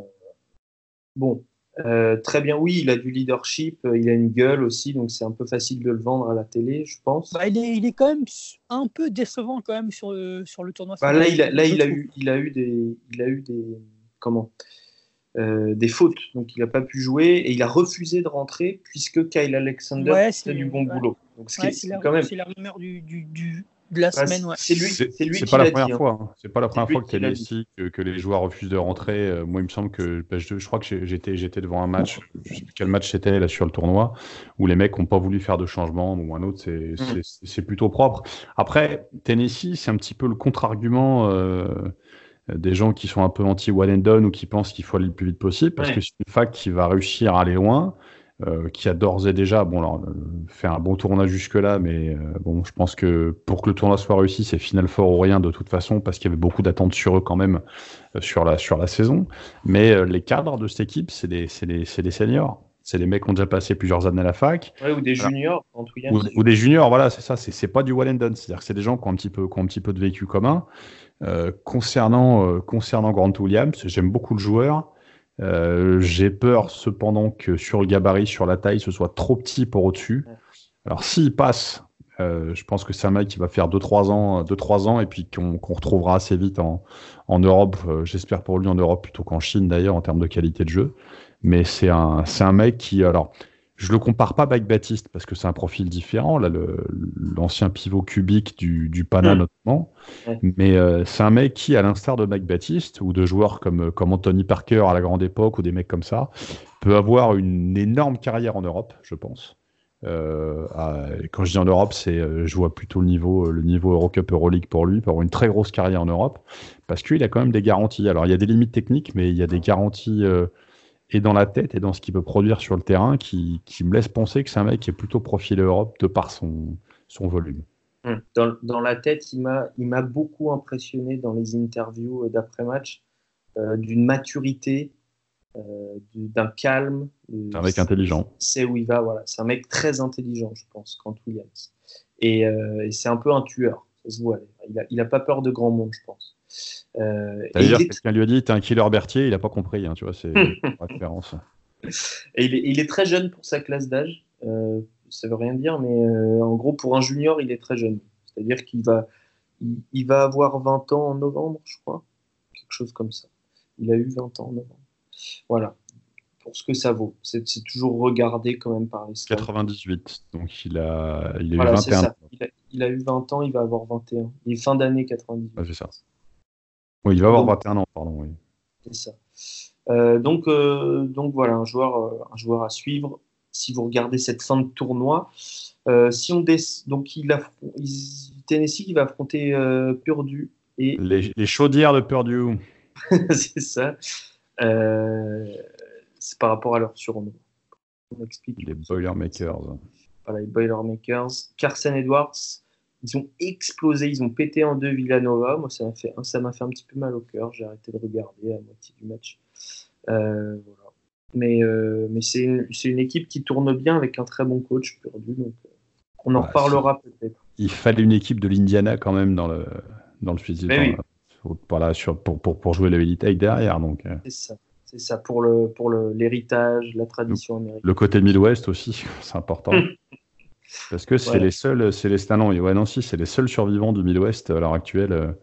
bon. Euh, très bien, oui, il a du leadership, euh, il a une gueule aussi, donc c'est un peu facile de le vendre à la télé, je pense. Bah, il, est, il est quand même un peu décevant quand même sur le, sur le tournoi. Bah, là, il a, là il, a eu, il a eu des, il a eu des, comment, euh, des fautes, donc il n'a pas pu jouer et il a refusé de rentrer puisque Kyle Alexander ouais, fait du bon ouais. boulot. Donc ce ouais, qui c'est, est, la, quand même... c'est la rumeur du, du, du de la bah, semaine. Ouais. C'est lui, c'est, c'est lui c'est qui pas l'a la première dit, fois. Hein. C'est pas la première c'est fois que Tennessee que, que les joueurs refusent de rentrer. Euh, moi, il me semble que bah, je, je crois que j'étais j'étais devant un match. Je sais plus quel match c'était là sur le tournoi où les mecs n'ont pas voulu faire de changement ou un autre. C'est, mm. c'est, c'est plutôt propre. Après, Tennessee, c'est un petit peu le contre-argument. Euh, des gens qui sont un peu anti-one and done ou qui pensent qu'il faut aller le plus vite possible parce ouais. que c'est une fac qui va réussir à aller loin. Euh, qui a d'ores et déjà bon, alors, euh, fait un bon tournoi jusque-là, mais euh, bon, je pense que pour que le tournoi soit réussi, c'est Final Four ou rien de toute façon, parce qu'il y avait beaucoup d'attentes sur eux quand même euh, sur, la, sur la saison. Mais euh, les cadres de cette équipe, c'est des, c'est des, c'est des seniors. C'est les mecs qui ont déjà passé plusieurs années à la fac. Ouais, ou des juniors, en tout cas. Ou, ou des juniors, voilà, c'est ça. C'est, c'est pas du one and done. C'est-à-dire que c'est des gens qui ont un petit peu, qui ont un petit peu de vécu commun. Euh, concernant, euh, concernant Grant Williams, j'aime beaucoup le joueur. Euh, j'ai peur cependant que sur le gabarit, sur la taille, ce soit trop petit pour au-dessus. Alors s'il passe, euh, je pense que c'est un mec qui va faire deux trois ans, deux, trois ans et puis qu'on, qu'on retrouvera assez vite en, en Europe. Euh, j'espère pour lui en Europe plutôt qu'en Chine d'ailleurs en termes de qualité de jeu. Mais c'est un, c'est un mec qui, alors, je le compare pas à Mike Baptiste parce que c'est un profil différent, là, le, l'ancien pivot cubique du, du Pana Mmh. notamment. Ouais. Mais euh, c'est un mec qui, à l'instar de Mike Baptiste ou de joueurs comme, comme Anthony Parker à la grande époque ou des mecs comme ça, peut avoir une énorme carrière en Europe, je pense. Euh, à- quand je dis en Europe, c'est, euh, je vois plutôt le niveau, le niveau Eurocup, Euroleague pour lui, pour avoir une très grosse carrière en Europe, parce qu'il a quand même des garanties. Alors, il y a des limites techniques, mais il y a des garanties euh, et dans la tête et dans ce qu'il peut produire sur le terrain qui, qui me laisse penser que c'est un mec qui est plutôt profilé Europe de par son, son volume. Mmh. Dans, dans la tête, il m'a, il m'a beaucoup impressionné dans les interviews d'après-match, euh, d'une maturité, euh, du- d'un calme. C'est un mec intelligent. Il sait où il va, voilà. C'est un mec très intelligent, je pense, Grant Williams. Et, euh, et c'est un peu un tueur, ça se voit. Il a, il a pas peur de grand monde, je pense. Euh, et, D'ailleurs, il est, quelqu'un lui a dit, t'es un killer Berthier, il n'a pas compris, hein, tu vois, c'est une référence. et il est, il est très jeune pour sa classe d'âge. Euh, ça veut rien dire, mais euh, en gros, pour un junior, il est très jeune. C'est-à-dire qu'il va, il, il va avoir vingt ans en novembre, je crois. Quelque chose comme ça. Il a eu vingt ans en novembre. Voilà. Pour ce que ça vaut. C'est, c'est toujours regardé quand même par les scouts. quatre-vingt-dix-huit, donc il a, il a Voilà, eu c'est vingt et un. ça. Il a, il a eu vingt ans, il va avoir vingt et un. Il est fin d'année quatre-vingt-dix-huit. Ah, c'est ça. Oui, il va avoir Donc, vingt et un ans, pardon. Oui. c'est ça. Euh, donc, euh, donc voilà, un joueur, euh, un joueur à suivre. Si vous regardez cette fin de tournoi, euh, si on des... donc il affron... il... Tennessee qui va affronter euh, Purdue et Les, les chaudières de Purdue. c'est ça. Euh, c'est par rapport à leur surnom. On explique. Les Boilermakers. Voilà, les Boilermakers. Carson Edwards, ils ont explosé, ils ont pété en deux Villanova. Moi, ça m'a fait, ça m'a fait un petit peu mal au cœur. J'ai arrêté de regarder à la moitié du match. Euh, voilà. Mais, euh, mais c'est, une, c'est une équipe qui tourne bien avec un très bon coach, Purdue. Donc, euh, on en Voilà, reparlera peut-être. Il fallait une équipe de l'Indiana quand même dans le, dans le fusil. Mais oui. Voilà, sur, pour, pour, pour jouer le Elite Eight derrière. Donc, euh. C'est ça. C'est ça pour, le, pour le, l'héritage, la tradition américaine. Le côté Midwest aussi, c'est important. Parce que c'est Voilà. les seuls, c'est les non, ouais, non, si, c'est les seuls survivants du Midwest à l'heure actuelle. euh.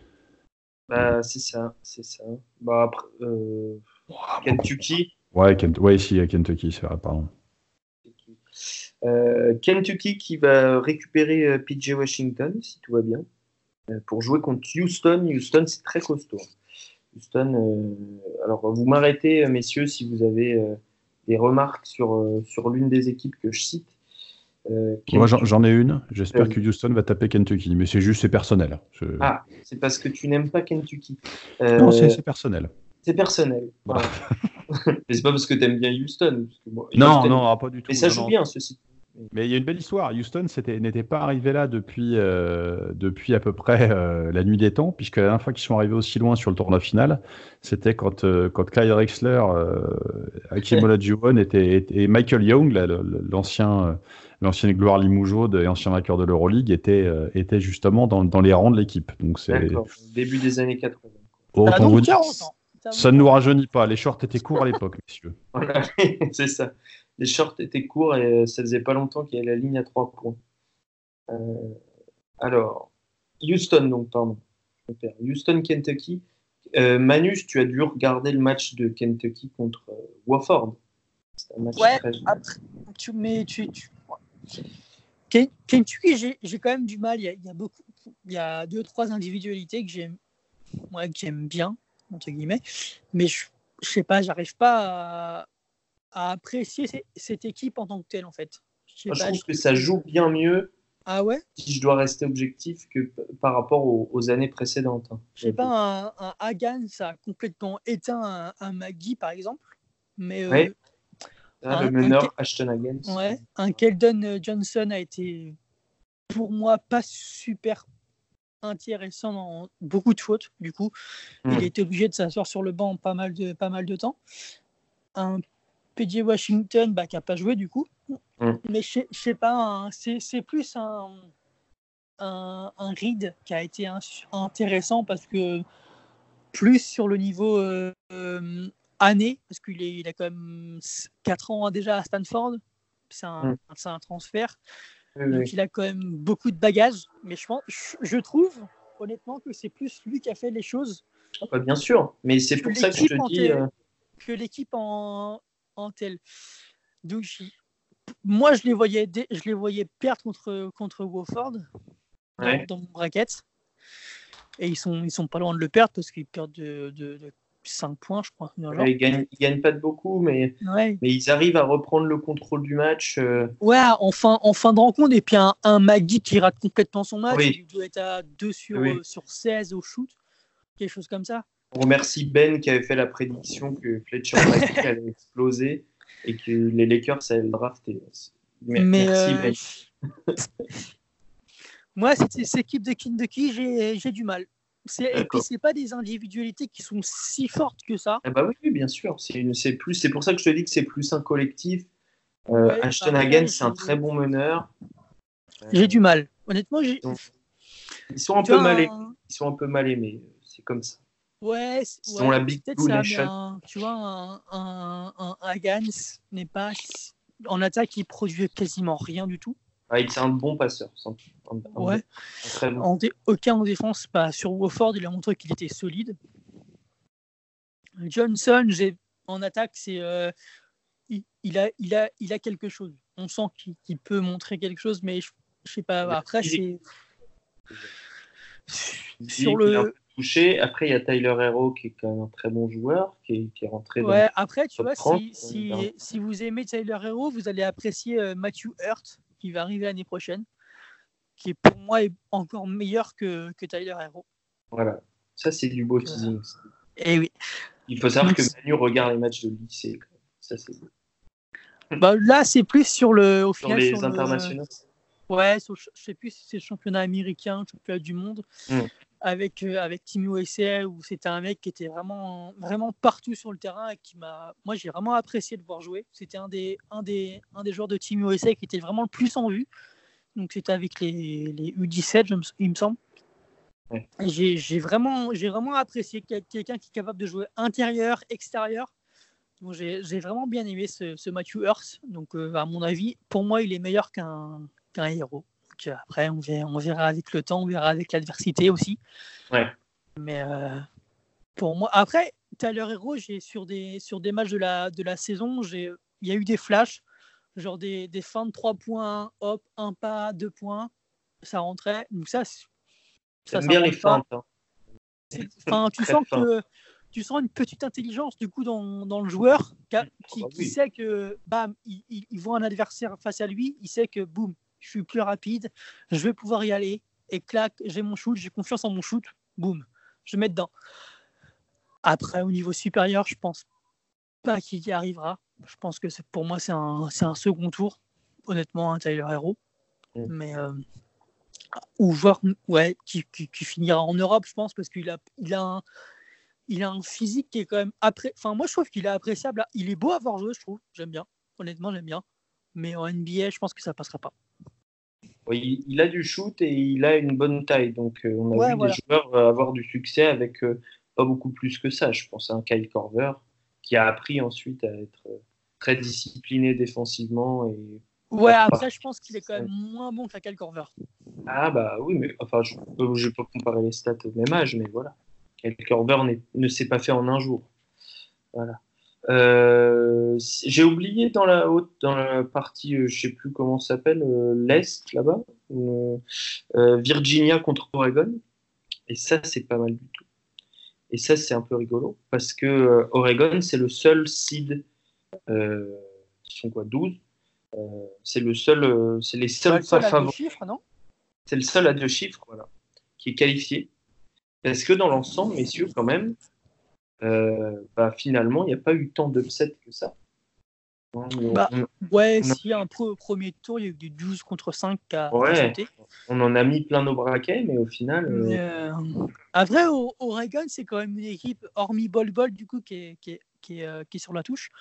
Bah, c'est ça, c'est ça. Bah, après, euh, Kentucky. Ouais, Kent... ouais, si, à Kentucky, c'est vrai, pardon. Euh, Kentucky qui va récupérer euh, P J Washington, si tout va bien, euh, pour jouer contre Houston. Houston, c'est très costaud. Houston, euh, alors vous m'arrêtez, messieurs, si vous avez euh, des remarques sur, euh, sur l'une des équipes que je cite. Euh, Moi, j'en, j'en ai une. J'espère euh, que Houston va taper Kentucky, mais c'est juste, c'est personnel. Je... Ah, c'est parce que tu n'aimes pas Kentucky. Euh, non, c'est, c'est personnel. C'est personnel. Voilà. Mais c'est pas parce que tu aimes bien Houston. Parce que moi, non, Houston, non, ah, pas du tout. Mais ça non, joue non. bien, ceci. Mais il y a une belle histoire. Houston c'était, n'était pas arrivé là depuis, euh, depuis à peu près euh, la nuit des temps, puisque la dernière fois qu'ils sont arrivés aussi loin sur le tournoi final, c'était quand, euh, quand Kyle Drexler, euh, Hakeem Olajuwon était, et Michael Young, là, l'ancien, euh, l'ancienne gloire Limougeaude et ancien vainqueur de l'Euroleague, était, euh, était justement dans, dans les rangs de l'équipe. Donc c'est... D'accord, début des années quatre-vingts. Autant donc vous dire, quarante ans. ça ne nous rajeunit pas. Les shorts étaient courts à l'époque, messieurs. Voilà, c'est ça. Les shorts étaient courts et ça faisait pas longtemps qu'il y avait la ligne à trois points. Euh, alors, Houston, donc, pardon. Houston, Kentucky. Euh, Manus, tu as dû regarder le match de Kentucky contre euh, Wofford. C'est un match ouais, très après, tu, mais tu, tu... Kentucky, j'ai, j'ai quand même du mal. Il y a, il y a beaucoup, il y a deux, trois individualités que j'aime, ouais, que j'aime bien, entre guillemets, mais je, je sais pas, j'arrive pas à, à apprécier c- cette équipe en tant que telle, en fait. Je, Moi, je pas, trouve je... que ça joue bien mieux. Ah ouais? Si je dois rester objectif que p- par rapport aux, aux années précédentes. Hein. Je sais pas, un, un Hagan, ça a complètement éteint un, un McGee, par exemple. Mais euh, ouais. Ah, un, le meneur, un, Ashton Hagan. Ouais, un Keldon Johnson a été, pour moi, pas super intéressant dans beaucoup de fautes. Du coup, mm. il était obligé de s'asseoir sur le banc pas mal de, pas mal de temps. Un P J Washington bah, qui n'a pas joué du coup. Mm. Mais je ne sais pas, hein, c'est, c'est plus un, un, un Reed qui a été un, intéressant parce que plus sur le niveau euh, euh, année, parce qu'il est, il a quand même quatre ans déjà à Stanford, c'est un, mm. c'est un transfert. Oui, donc oui. Il a quand même beaucoup de bagages, mais je, pense, je, je trouve honnêtement que c'est plus lui qui a fait les choses. Ah bah bien sûr, mais c'est pour ça que je te dis tel, euh... que l'équipe en, en telle. Donc je, moi je les voyais, je les voyais perdre contre contre Wofford dans, ouais. dans mon bracket, et ils sont ils sont pas loin de le perdre parce qu'ils perdent de, de, de cinq points, je crois. Ouais, ils gagnent ils gagnent pas de beaucoup, mais ouais. mais ils arrivent à reprendre le contrôle du match. Euh... Ouais, en fin en fin de rencontre, et puis un, un Magui qui rate complètement son match, oui. Il doit être à deux sur oui. euh, sur seize au shoot, quelque chose comme ça. On remercie Ben qui avait fait la prédiction que Fletcher Magui allait exploser et que les Lakers allaient le drafter. Mais, Merci euh, Ben. Moi, cette, cette équipe de Kentucky, j'ai, j'ai du mal. C'est, et puis, c'est pas des individualités qui sont si fortes que ça. Eh bah oui, bien sûr. C'est, une, c'est, plus, c'est pour ça que je te dis que c'est plus un collectif. Euh, ouais, Ashton Hagen, c'est un très bon meneur. J'ai euh, du mal. Honnêtement, j'ai... Ils sont un peu mal aimés. Ils sont un peu mal aimés. C'est comme ça. Ouais, Ils ouais, sont la Big Blue Nation. Un, tu vois, un, un, un Hagan n'est pas en attaque, il produit quasiment rien du tout. Ah, c'est un bon passeur. Un, un, ouais. Un très bon. En dé, aucun en défense. Bah, sur Wofford, il a montré qu'il était solide. Johnson, j'ai, en attaque, c'est, euh, il, il, a, il, a, il a quelque chose. On sent qu'il, qu'il peut montrer quelque chose, mais je, je sais pas. Après, c'est sur le. Touché. Après, il y a Tyler Herro qui est quand même un très bon joueur, qui est, qui est rentré dans ouais, après, tu vois, trente, si, si, si vous aimez Tyler Herro, vous allez apprécier euh, Matthew Hurt, qui va arriver l'année prochaine, qui pour moi est encore meilleur que, que Tyler Herro. Voilà, ça c'est du beau teasing. Et oui. Il faut savoir que Manu regarde les matchs de lycée. Ça, c'est... Bah, là, c'est plus sur le. Au sur final, les sur internationaux. Le... Ouais, sur, je sais plus si c'est le championnat américain, le championnat du monde. Mm. Avec, euh, avec Team U S A, où c'était un mec qui était vraiment, vraiment partout sur le terrain et qui m'a. Moi, j'ai vraiment apprécié de voir jouer. C'était un des, un, des, un des joueurs de Team U S A qui était vraiment le plus en vue. Donc, c'était avec les, les U dix-sept, je me, il me semble. Ouais. Et j'ai, j'ai, vraiment, j'ai vraiment apprécié quelqu'un qui est capable de jouer intérieur, extérieur. Donc, j'ai, j'ai vraiment bien aimé ce, ce Matthew Hurt. Donc, euh, à mon avis, pour moi, il est meilleur qu'un, qu'un héros. Après, on verra, on verra avec le temps, on verra avec l'adversité aussi. Ouais. Mais euh, pour moi, après, Tyler Herro, j'ai sur des sur des matchs de la de la saison, j'ai il y a eu des flashs, genre des des fins de trois points, hop, un pas, deux points, ça rentrait. Donc ça, ça, ça bien les feintes. Hein. Enfin, tu sens fin. que tu sens une petite intelligence du coup dans, dans le joueur qui, a, qui, oh bah oui. qui sait que bam, il, il, il voit un adversaire face à lui, il sait que boum. Je suis plus rapide, je vais pouvoir y aller, et clac, j'ai mon shoot, j'ai confiance en mon shoot, boum, je mets dedans. Après, au niveau supérieur, je pense pas qu'il y arrivera. Je pense que c'est, pour moi, c'est un, c'est un second tour, honnêtement, un Tyler Herro. Mm. Mais, euh, ou voir, ouais, qui, qui, qui finira en Europe, je pense, parce qu'il a, il a, un, il a un physique qui est quand même. Après, enfin, moi, je trouve qu'il est appréciable. Il est beau à voir jouer, je trouve, j'aime bien, honnêtement, j'aime bien. Mais en N B A, je pense que ça passera pas. Il, il a du shoot et il a une bonne taille. Donc, euh, on a ouais, vu voilà. des joueurs euh, avoir du succès avec euh, pas beaucoup plus que ça. Je pense à un Kyle Korver qui a appris ensuite à être euh, très discipliné défensivement. Et ouais, après, pas... je pense qu'il est quand même moins bon qu'un Kyle Korver. Ah, bah oui, mais enfin, je ne vais pas comparer les stats au même âge, mais voilà. Kyle Korver ne s'est pas fait en un jour. Voilà. Euh, j'ai oublié dans la haute, dans la partie, euh, je sais plus comment ça s'appelle, euh, l'Est là-bas, euh, euh, Virginia contre Oregon. Et ça, c'est pas mal du tout. Et ça, c'est un peu rigolo parce que euh, Oregon, c'est le seul seed, euh, ils sont quoi, douze euh, c'est le seul, euh, c'est les seuls c'est le seul à deux chiffres, non ? C'est le seul à deux chiffres, voilà, qui est qualifié. Parce que dans l'ensemble, messieurs, quand même. Euh, bah, finalement, il n'y a pas eu tant d'upsets que ça. On, bah, on, ouais, on a... si un peu au premier tour, il y a eu du douze contre cinq à ouais, on en a mis plein nos braquets, mais au final. Mais euh... Après, au, Oregon, c'est quand même une équipe, hormis Bol Bol, du coup, qui est, qui est, qui est, euh, qui est sur la touche,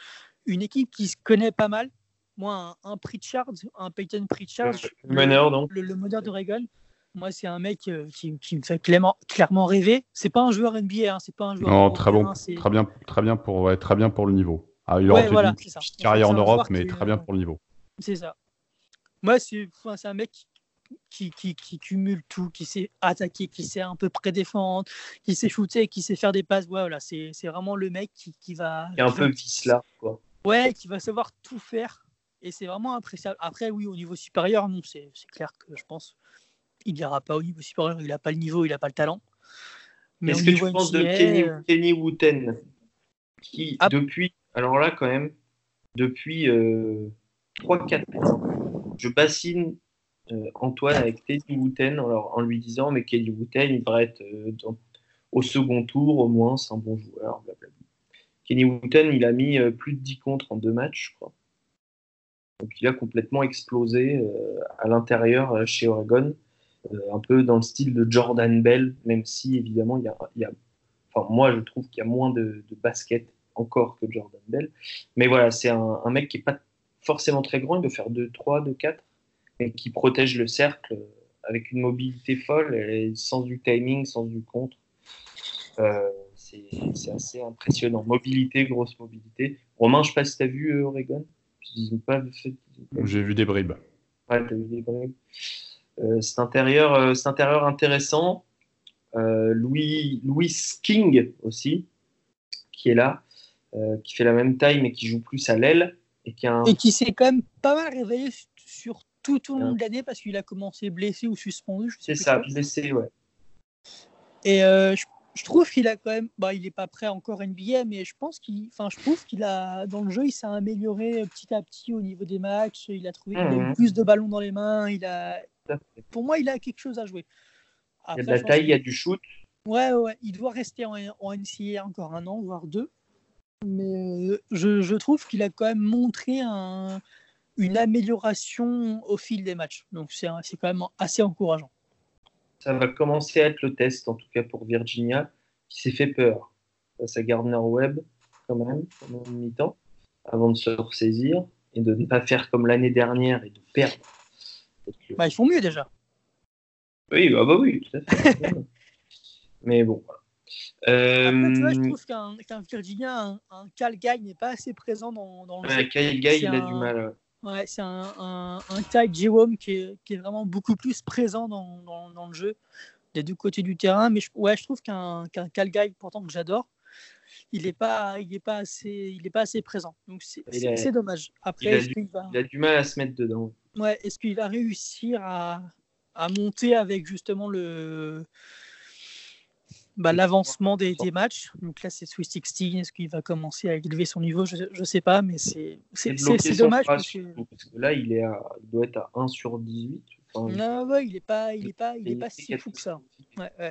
une équipe qui se connaît pas mal. Moi, un, un Pritchard, un Peyton Pritchard, le meneur, donc. Le, le meneur d'Oregon, moi, c'est un mec euh, qui, qui me fait clairement, clairement rêver. C'est pas un joueur N B A, hein, c'est pas un joueur Non, très bon, européen, c'est... très bien, très bien pour, ouais, très bien pour le niveau. Ah, il Ouais, aura voilà, une c'est ça. petite carrière C'est en un Europe, joueur mais qui- très bien pour le niveau. C'est ça. Moi, c'est, enfin, c'est un mec qui, qui, qui cumule tout, qui sait attaquer, qui sait un peu prédéfendre, qui sait shooter, qui sait faire des passes. Ouais, voilà, c'est, c'est vraiment le mec qui, qui va. Il est un qui peu va- vicelard, quoi. Ouais, qui va savoir tout faire. Et c'est vraiment appréciable. Après, oui, au niveau supérieur, non, c'est, c'est clair que je pense il n'ira pas au niveau supérieur. Il n'a pas le niveau, il n'a pas le talent. Mais Qu'est-ce au que niveau tu penses de N C A A, Kenny, euh, Kenny Wooten qui, Ah. depuis, alors là, quand même, depuis euh, trois quatre ans, je bassine euh, Antoine avec Kenny Wooten en, leur- en lui disant mais Kenny Wooten, il devrait être euh, dans- au second tour au moins, c'est un bon joueur, blablabla. Kenny Wooten, il a mis euh, plus de dix contres en deux matchs, je crois. Donc il a complètement explosé euh, à l'intérieur euh, chez Oregon, euh, un peu dans le style de Jordan Bell, même si évidemment il y a, il y a enfin moi je trouve qu'il y a moins de, de basket encore que Jordan Bell. Mais voilà, c'est un, un mec qui n'est pas forcément très grand, il doit faire deux trois, deux quatre, mais qui protège le cercle euh, avec une mobilité folle, et sens du timing, sens du contre. Euh, c'est, c'est assez impressionnant. Mobilité, grosse mobilité. Romain, je ne sais pas si tu as vu euh, Oregon. Ils ont pas fait. J'ai vu des bribes. Ouais, t'as vu des bribes. Euh, cet intérieur, euh, cet intérieur intéressant. Euh, Louis, Louis King aussi, qui est là, euh, qui fait la même taille mais qui joue plus à l'aile et qui a un. et qui s'est quand même pas mal réveillé sur tout, tout le long Hein. de l'année parce qu'il a commencé blessé ou suspendu. Je sais C'est plus ça, trop. blessé, ouais. Et euh, je, je trouve qu'il a quand même, bah, il n'est pas prêt encore N B A, mais je pense qu'il, enfin, je trouve qu'il a, dans le jeu, il s'est amélioré petit à petit au niveau des matchs. Il a trouvé, il a eu Mmh. plus de ballons dans les mains. Il a, Tout à fait. pour moi, il a quelque chose à jouer. Il y a de Après, la je pense taille, il y a qu'il- du shoot. ouais, ouais, il doit rester en, en N C A A encore un an, voire deux. Mais euh, je, je trouve qu'il a quand même montré un, une amélioration au fil des matchs. Donc c'est, un- c'est quand même assez encourageant. Ça va commencer à être le test, en tout cas pour Virginia, qui s'est fait peur face à Gardner Webb, quand même, pendant une mi-temps, avant de se ressaisir et de ne pas faire comme l'année dernière et de perdre. Bah, ils font mieux déjà. Oui, bah, bah oui, tout à fait. Mais bon, voilà. Euh, Après, tu vois, je trouve qu'un, qu'un Virginia, un, un Cal Guy n'est pas assez présent dans, dans le jeu. ouais, Kyle Guy, C'est il a un- du mal. euh. Ouais, c'est un, un, un Ty Jerome qui est, qui est vraiment beaucoup plus présent dans, dans, dans le jeu des deux côtés du terrain. Mais je, ouais, je trouve qu'un, qu'un Cal Guy, pourtant que j'adore, il n'est pas, il est pas, assez, il est pas assez présent. Donc c'est, Il c'est, a- c'est dommage. Après, il a est-ce du- qu'il va, Il a du mal à se mettre dedans. ouais, est-ce qu'il va réussir à, à monter avec justement le, bah, l'avancement des, des matchs? Donc là, c'est Sweet seize. Est-ce qu'il va commencer à élever son niveau? Je ne sais pas, mais c'est, c'est, Et c'est, bloquer c'est son dommage bras, parce que. surtout, parce que là, il, est à, il doit être à un sur dix-huit. Enfin, Non, ouais, il n'est pas, il est pas, il est pas si pénétrer fou que ça. Ouais, ouais.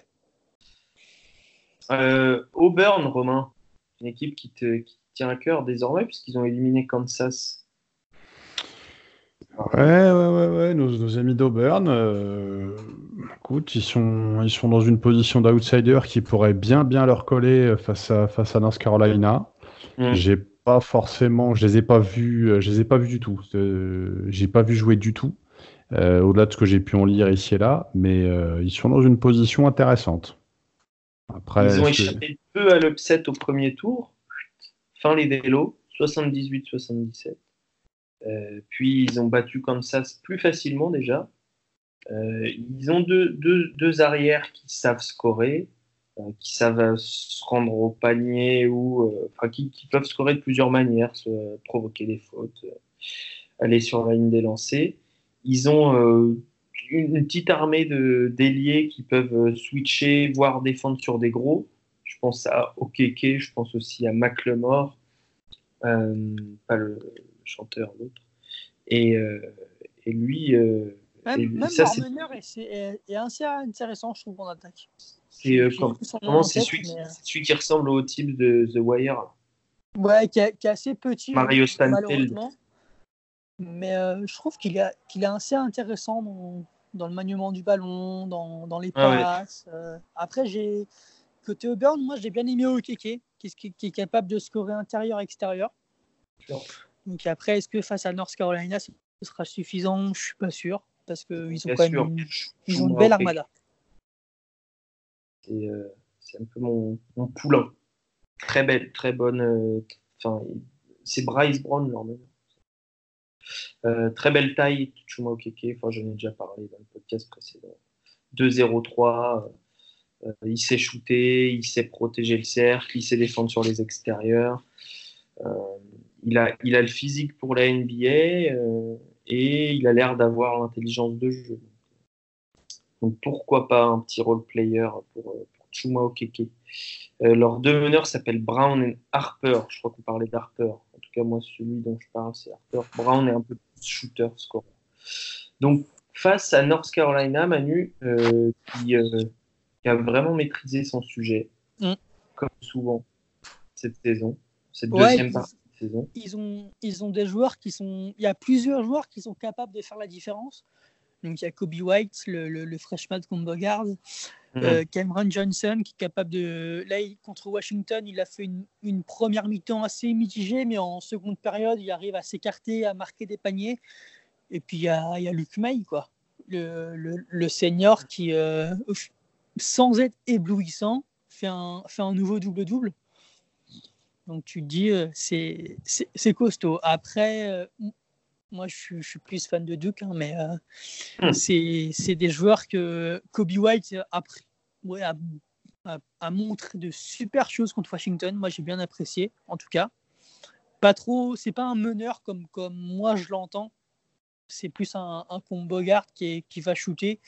Euh, Auburn, Romain, une équipe qui te, qui te tient à cœur désormais, puisqu'ils ont éliminé Kansas. Ouais, ouais, ouais, ouais. Nos, nos amis d'Auburn, euh, écoute, ils sont, ils sont dans une position d'outsider qui pourrait bien, bien leur coller face à, face à North Carolina. Mm. J'ai pas forcément, je les ai pas vus, euh, je les ai pas vus du tout. Euh, j'ai pas vu jouer du tout, euh, au-delà de ce que j'ai pu en lire ici et là, mais euh, ils sont dans une position intéressante. Après, Ils ont est-ce que- échappé peu à l'upset au premier tour. Fin les vélos, soixante-dix-huit soixante-dix-sept. Euh, puis ils ont battu Kansas plus facilement déjà. Euh, ils ont deux, deux, deux arrières qui savent scorer, euh, qui savent se rendre au panier ou euh, enfin, qui, qui peuvent scorer de plusieurs manières, soit provoquer des fautes, euh, aller sur la ligne des lancers. Ils ont euh, une, une petite armée de d'ailiers qui peuvent euh, switcher, voire défendre sur des gros. Je pense à Okeke, je pense aussi à McLemore, euh, pas le, le chanteur, l'autre. Et, euh, et lui, euh, Même, et même ça, leur c'est meneur est, c'est- est- est assez intéressant, je trouve, en attaque. c'est, euh, J'ai comme- plus son nom vraiment, en c'est tête, celui, qui- mais, euh, c'est celui qui ressemble au type de The Wire, ouais, qui, est, qui est assez petit, Mario Stanfeld. malheureusement. Mais euh, je trouve qu'il est, qu'il est assez intéressant dans, dans le maniement du ballon, dans, dans les Ah ouais. passes. Euh, après, j'ai côté Auburn, moi, j'ai bien aimé Okeke, qui, qui, qui est capable de scorer intérieur-extérieur. Sûr. Donc après, est-ce que face à North Carolina, ce sera suffisant? Je suis pas sûr, parce qu'ils ont Bien quand sûr. même une, ils ont une belle armada. Et, euh, c'est un peu mon, mon poulain. Très belle, très bonne. Enfin, euh, c'est Bryce Brown, leur meneur. Euh, très belle taille, Chuma Okeke. Enfin, j'en ai déjà parlé dans le podcast précédent. deux zéro trois. Euh, il sait shooter, il sait protéger le cercle, il sait défendre sur les extérieurs. Euh, il, a, il a le physique pour la N B A euh, et il a l'air d'avoir l'intelligence de jeu. Donc pourquoi pas un petit role player pour, pour Chuma Okeke. Euh, leurs deux meneurs s'appellent Brown et Harper. Je crois qu'on parlait d'Harper. En tout cas, moi, celui dont je parle, c'est Harper. Brown est un peu plus shooter, score. Donc, face à North Carolina, Manu, euh, qui, euh, qui a vraiment maîtrisé son sujet, mm. comme souvent cette saison, cette ouais, deuxième ils, partie de saison. Ils ont, ils ont des joueurs qui sont... Il y a plusieurs joueurs qui sont capables de faire la différence. Donc, il y a Kobe White, le, le, le freshman combo guard. Mm-hmm. Euh, Cameron Johnson, qui est capable de... Là, il, contre Washington, il a fait une, une première mi-temps assez mitigée, mais en seconde période, il arrive à s'écarter, à marquer des paniers. Et puis, il y a, il y a Luke May, quoi. Le, le, le senior qui, euh, sans être éblouissant, fait un, fait un nouveau double-double. Donc, tu te dis, euh, c'est, c'est, c'est costaud. Après, euh, moi, je suis, je suis plus fan de Duke, hein, mais euh, mm. c'est, c'est des joueurs que Kobe White a, ouais, a, a, a montré de super choses contre Washington. Moi, j'ai bien apprécié, en tout cas. Pas trop, c'est pas un meneur comme, comme moi je l'entends. C'est plus un, un combo guard qui, est, qui va shooter,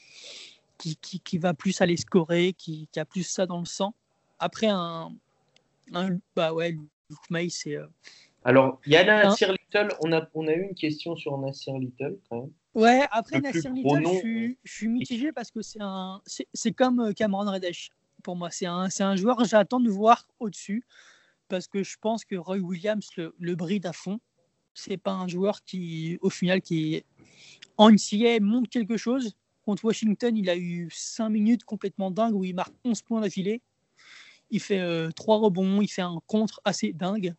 qui, qui, qui va plus aller scorer, qui, qui a plus ça dans le sang. Après, un, un bah ouais, Luke May, c'est. Euh, Alors, il y a Nassir Little. On a, on a eu une question sur Nassir Little, quand même. Ouais, après Nassir Little, je suis, je suis mitigé parce que c'est, un, c'est, c'est comme Cameron Reddish pour moi. C'est un, c'est un joueur que j'attends de voir au-dessus parce que je pense que Roy Williams le, le bride à fond. C'est pas un joueur qui, au final, qui en N C A A montre quelque chose. Contre Washington, il a eu cinq minutes complètement dingues où il marque onze points d'affilée. Il fait euh, trois rebonds, il fait un contre assez dingue.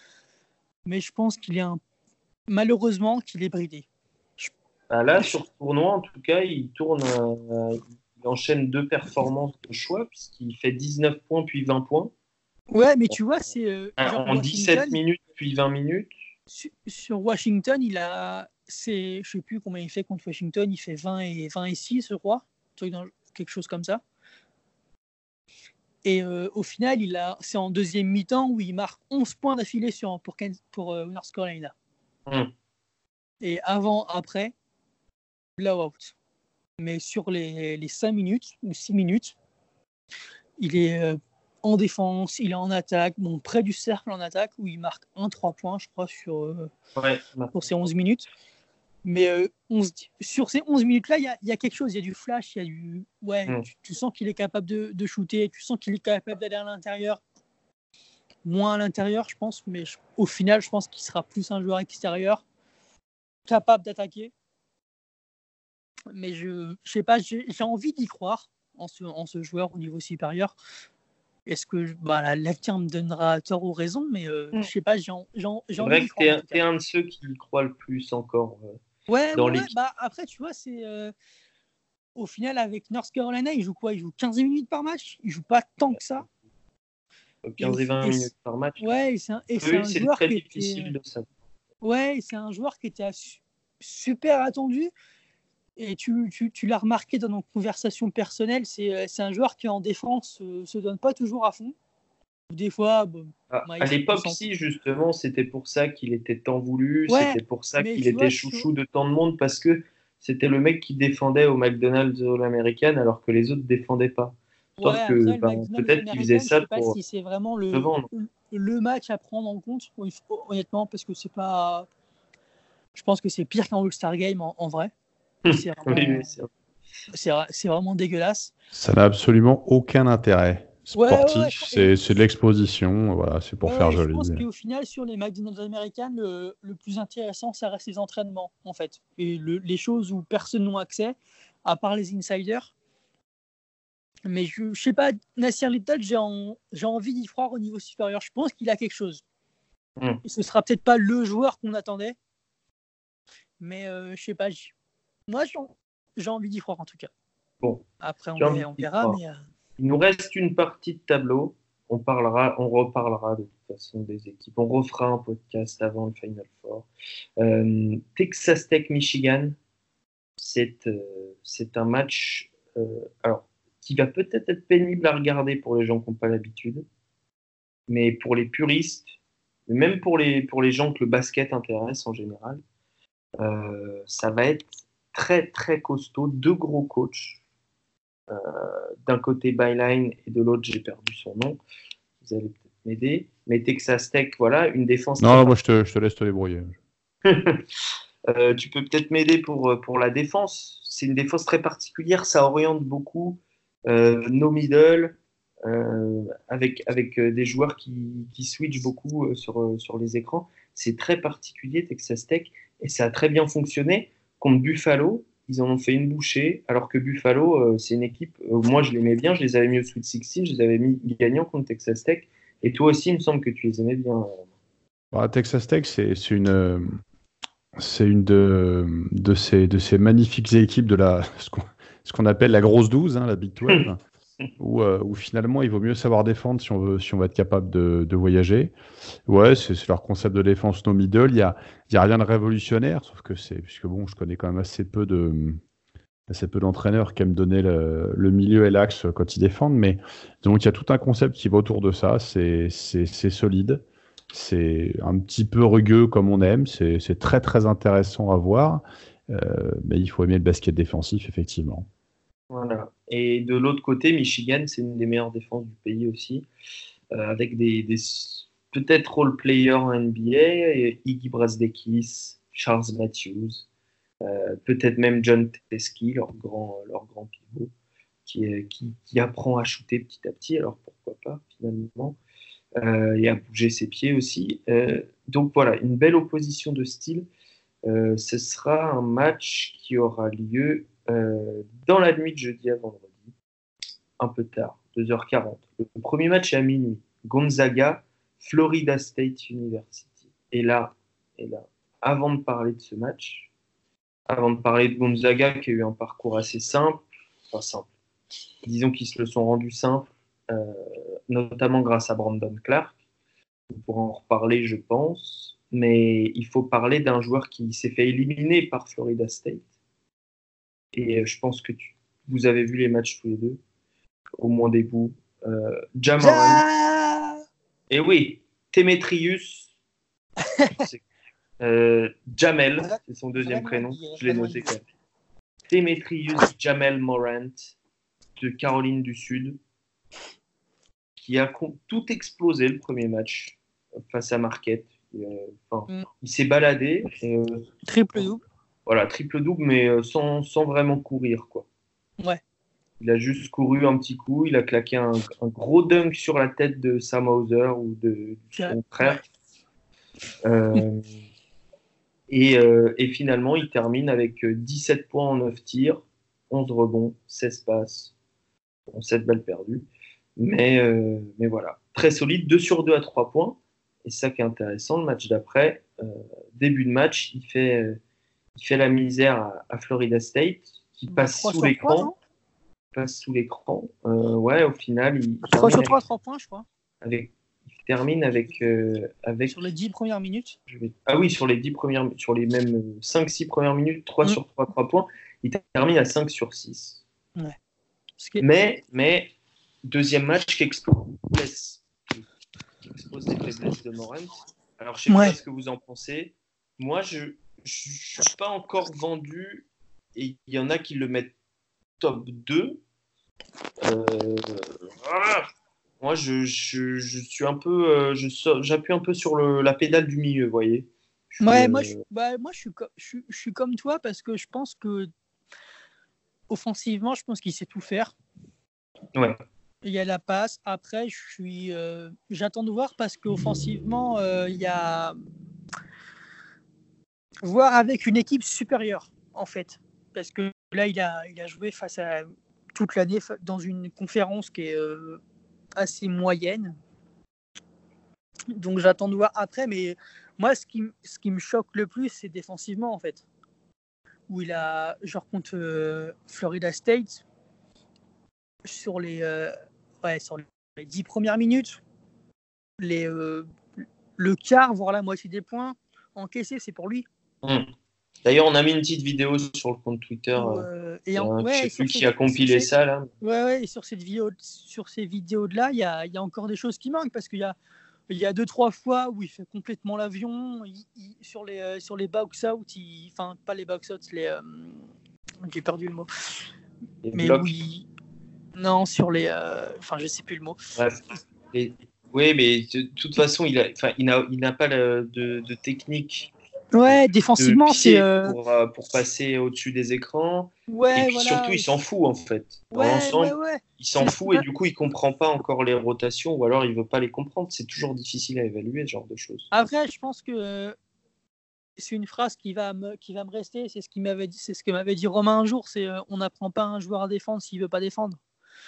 Mais je pense qu'il est un... malheureusement qu'il est bridé. Je... Ah là, sur ce tournoi, en tout cas, il tourne, euh, il enchaîne deux performances de choix puisqu'il fait dix-neuf points puis vingt points. Ouais, mais tu vois, c'est euh, genre en dix-sept minutes puis vingt minutes. Sur, sur Washington, il a, c'est, je sais plus combien il fait contre Washington, il fait vingt et vingt et six, je crois, quelque chose comme ça. Et euh, au final, il a, c'est en deuxième mi-temps où il marque onze points d'affilée sur, pour, pour euh, North Carolina. Mm. Et avant, après, blowout. Mais sur les, les cinq minutes ou six minutes, il est euh, en défense, il est en attaque, bon, près du cercle en attaque, où il marque un trois points, je crois, sur, euh, ouais, pour ces onze minutes. Mais euh, on se dit, sur ces onze minutes-là, il y, y a quelque chose, il y a du flash, il y a du... Ouais, mm. tu, tu sens qu'il est capable de, de shooter, tu sens qu'il est capable d'aller à l'intérieur. Moins à l'intérieur, je pense, mais je, au final, je pense qu'il sera plus un joueur extérieur, capable d'attaquer. Mais je ne sais pas, j'ai, j'ai envie d'y croire en ce, en ce joueur au niveau supérieur. Est-ce que bah, l'avenir me donnera tort ou raison, mais euh, mm. je sais pas, j'ai, j'ai, j'ai envie d'y croire. C'est vrai que tu es un de ceux qui y croient le plus encore. Euh... Ouais, dans ouais, bah, après, tu vois, c'est euh, au final, avec North Carolina, il joue quoi? Il joue quinze minutes par match. Il joue pas tant que ça. quinze et vingt et minutes par match. Ouais, et c'est un, et oui, c'est un c'est joueur très qui difficile était... de savoir. Ouais, c'est un joueur qui était super attendu. Et tu, tu, tu l'as remarqué dans nos conversations personnelles, c'est, c'est un joueur qui en défense ne se donne pas toujours à fond. Des fois, bon, ah, à l'époque, si, justement, c'était pour ça qu'il était tant voulu, ouais, c'était pour ça qu'il était vois, chouchou tu... de tant de monde, parce que c'était le mec qui défendait au McDonald's All-American alors que les autres ne défendaient pas. Sauf ouais, que après, ben, peut-être qu'il faisait ça je sais pas pour si c'est vraiment le, vendre. le match à prendre en compte, honnêtement, parce que c'est pas... Je pense que c'est pire qu'un All-Star Game en, en vrai. C'est vraiment... oui, oui, c'est... C'est, c'est vraiment dégueulasse. Ça n'a absolument aucun intérêt sportif, ouais, ouais, c'est, c'est de l'exposition, voilà, c'est pour ouais, faire je joli. Je pense qu'au final, sur les McDonald's américains, le, le plus intéressant, ça reste les entraînements, en fait. Et le, les choses où personne n'a accès, à part les insiders. Mais je ne sais pas, Nassir Little, j'ai, en, j'ai envie d'y croire au niveau supérieur. Je pense qu'il a quelque chose. Mm. Ce sera peut-être pas le joueur qu'on attendait, mais euh, je sais pas. j'- Moi, j'ai j'ai envie d'y croire en tout cas. Bon, Après, on, tu as envie verra- on d'y verra, croire. mais euh, Il nous reste une partie de tableau. On parlera, on reparlera de toute façon des équipes. On refera un podcast avant le Final Four. Euh, Texas Tech Michigan, c'est euh, c'est un match euh, alors qui va peut-être être pénible à regarder pour les gens qui n'ont pas l'habitude, mais pour les puristes, même pour les pour les gens que le basket intéresse en général, euh, ça va être très très costaud. Deux gros coachs. Euh, d'un côté Byline et de l'autre j'ai perdu son nom. Vous allez peut-être m'aider. Mais Texas Tech, voilà, une défense très Non, moi je te, je te laisse te débrouiller. Euh, tu peux peut-être m'aider pour, pour la défense. C'est une défense très particulière, ça oriente beaucoup. Euh, no middle, euh, avec, avec euh, des joueurs qui, qui switchent beaucoup euh, sur, euh, sur les écrans. C'est très particulier, Texas Tech, et ça a très bien fonctionné. Contre Buffalo, ils en ont fait une bouchée, alors que Buffalo, euh, c'est une équipe, euh, moi je l'aimais bien, je les avais mis au Sweet seize, je les avais mis gagnants contre Texas Tech, et toi aussi, il me semble que tu les aimais bien. Bah, Texas Tech, c'est c'est une, euh, c'est une de, de, ces, de ces magnifiques équipes de la, ce qu'on ce qu'on appelle la grosse douze, hein, la Big douze, où, euh, où finalement il vaut mieux savoir défendre si on veut, si on va être capable de, de voyager. Ouais, c'est c'est leur concept de défense no middle. Il y a, il y a rien de révolutionnaire, sauf que c'est, puisque bon, je connais quand même assez peu de, assez peu d'entraîneurs qui aiment donner le, le milieu et l'axe quand ils défendent, mais donc il y a tout un concept qui va autour de ça. C'est, c'est, c'est solide, c'est un petit peu rugueux comme on aime, c'est, c'est très très intéressant à voir, euh, mais il faut aimer le basket défensif effectivement. Voilà. Et de l'autre côté, Michigan, c'est une des meilleures défenses du pays aussi, euh, avec des, des peut-être role players en N B A, et Iggy Brasdekis, Charles Matthews, euh, peut-être même John Teske, leur grand, leur grand pivot, qui, est- qui, qui apprend à shooter petit à petit, alors pourquoi pas finalement, euh, et à bouger ses pieds aussi. Euh, donc voilà, une belle opposition de style. Euh, ce sera un match qui aura lieu euh, dans la nuit de jeudi à vendredi, un peu tard, deux heures quarante. Le premier match est à minuit. Gonzaga, Florida State University. Et là, et là, avant de parler de ce match, avant de parler de Gonzaga qui a eu un parcours assez simple, enfin simple, disons qu'ils se le sont rendus simples, euh, notamment grâce à Brandon Clark. On pourra en reparler, je pense. Mais il faut parler d'un joueur qui s'est fait éliminer par Florida State. Et euh, je pense que tu, vous avez vu les matchs tous les deux, au moins des bouts. Euh, Ja Morant. Ja Et oui, Demetrius, c'est, euh, Jamel, c'est son deuxième Vraiment prénom, habillé, je l'ai vraiment noté quand habillé. même. Demetrius Jamel Morant, de Caroline du Sud, qui a con- tout explosé le premier match euh, face à Marquette. Et, euh, enfin, Mm. il s'est baladé, et, euh, Triple-double. voilà, triple-double, mais euh, sans, sans vraiment courir, quoi. Ouais. Il a juste couru un petit coup, il a claqué un, un gros dunk sur la tête de Sam Hauser ou de Ja- son frère. ouais. Euh, et, euh, et finalement, il termine avec euh, dix-sept points en neuf tirs, onze rebonds, seize passes, bon, sept balles perdues. Mais, euh, mais voilà, très solide, deux sur deux à trois points. Et c'est ça qui est intéressant, le match d'après, euh, début de match, il fait, euh, il fait la misère à, à Florida State, qui Bah, passe trois sous sur trois, non l'écran. Passe sous l'écran. Euh, ouais, au final, il trois termine sur avec, trois, trois points, je crois. avec- il termine avec, euh, avec Sur les dix premières minutes. je vais- ah oui, sur les dix premières, sur les mêmes cinq six premières minutes, trois Mm. sur trois trois points, il termine à cinq sur six. Ouais. Ce qui est- Mais, mais, deuxième match qui explose, qui expose les faiblesses de Morant. Alors, je ne sais Ouais. pas ce que vous en pensez. Moi, je ne suis pas encore vendu, et il y en a qui le mettent top deux. Euh, ah Moi, je, je, je suis un peu, euh, je so- j'appuie un peu sur le, la pédale du milieu, vous voyez. Je suis, Ouais, euh, moi, je, bah, moi je, suis co- je, suis- je suis comme toi parce que je pense que offensivement, je pense qu'il sait tout faire. ouais. Il y a la passe. Après, je suis, euh, j'attends de voir parce qu'offensivement, euh, il y a voir avec une équipe supérieure en fait, parce que là, il a, il a joué face à toute l'année fa- dans une conférence qui est euh, assez moyenne. Donc j'attends de voir après, mais moi ce qui, ce qui me choque le plus, c'est défensivement en fait. Où il a, genre contre euh, Florida State, sur les, euh, ouais, sur les dix premières minutes, les, euh, le quart, voire la moitié des points encaissés, c'est pour lui. Mmh. D'ailleurs, on a mis une petite vidéo sur le compte Twitter. Euh, et en, euh, ouais, je sais plus ces, qui a compilé ça là. Ouais, ouais, et sur cette vidéo, sur ces vidéos là, il y a, y a encore des choses qui manquent parce qu'il y a, il y a deux trois fois où il fait complètement l'avion. Il, il, sur les euh, sur les box out, il, enfin pas les box out, les, euh, j'ai perdu le mot. Les mais blocs. oui, non, sur les, enfin euh, je sais plus le mot. Bref. Les... Oui, mais de toute façon, il a, enfin, il n'a, il n'a pas le, de, de technique. Ouais, défensivement, c'est euh... pour, euh, pour passer au-dessus des écrans. Ouais, et puis voilà. surtout, il s'en fout en fait. Dans ouais, l'ensemble, ouais, ouais. il s'en fout et du coup, il comprend pas encore les rotations ou alors il veut pas les comprendre. C'est toujours difficile à évaluer ce genre de choses. Après, je pense que c'est une phrase qui va me, qui va me rester. C'est ce qu'il m'avait dit, c'est ce que m'avait dit Romain un jour. C'est euh, on n'apprend pas un joueur à défendre s'il veut pas défendre.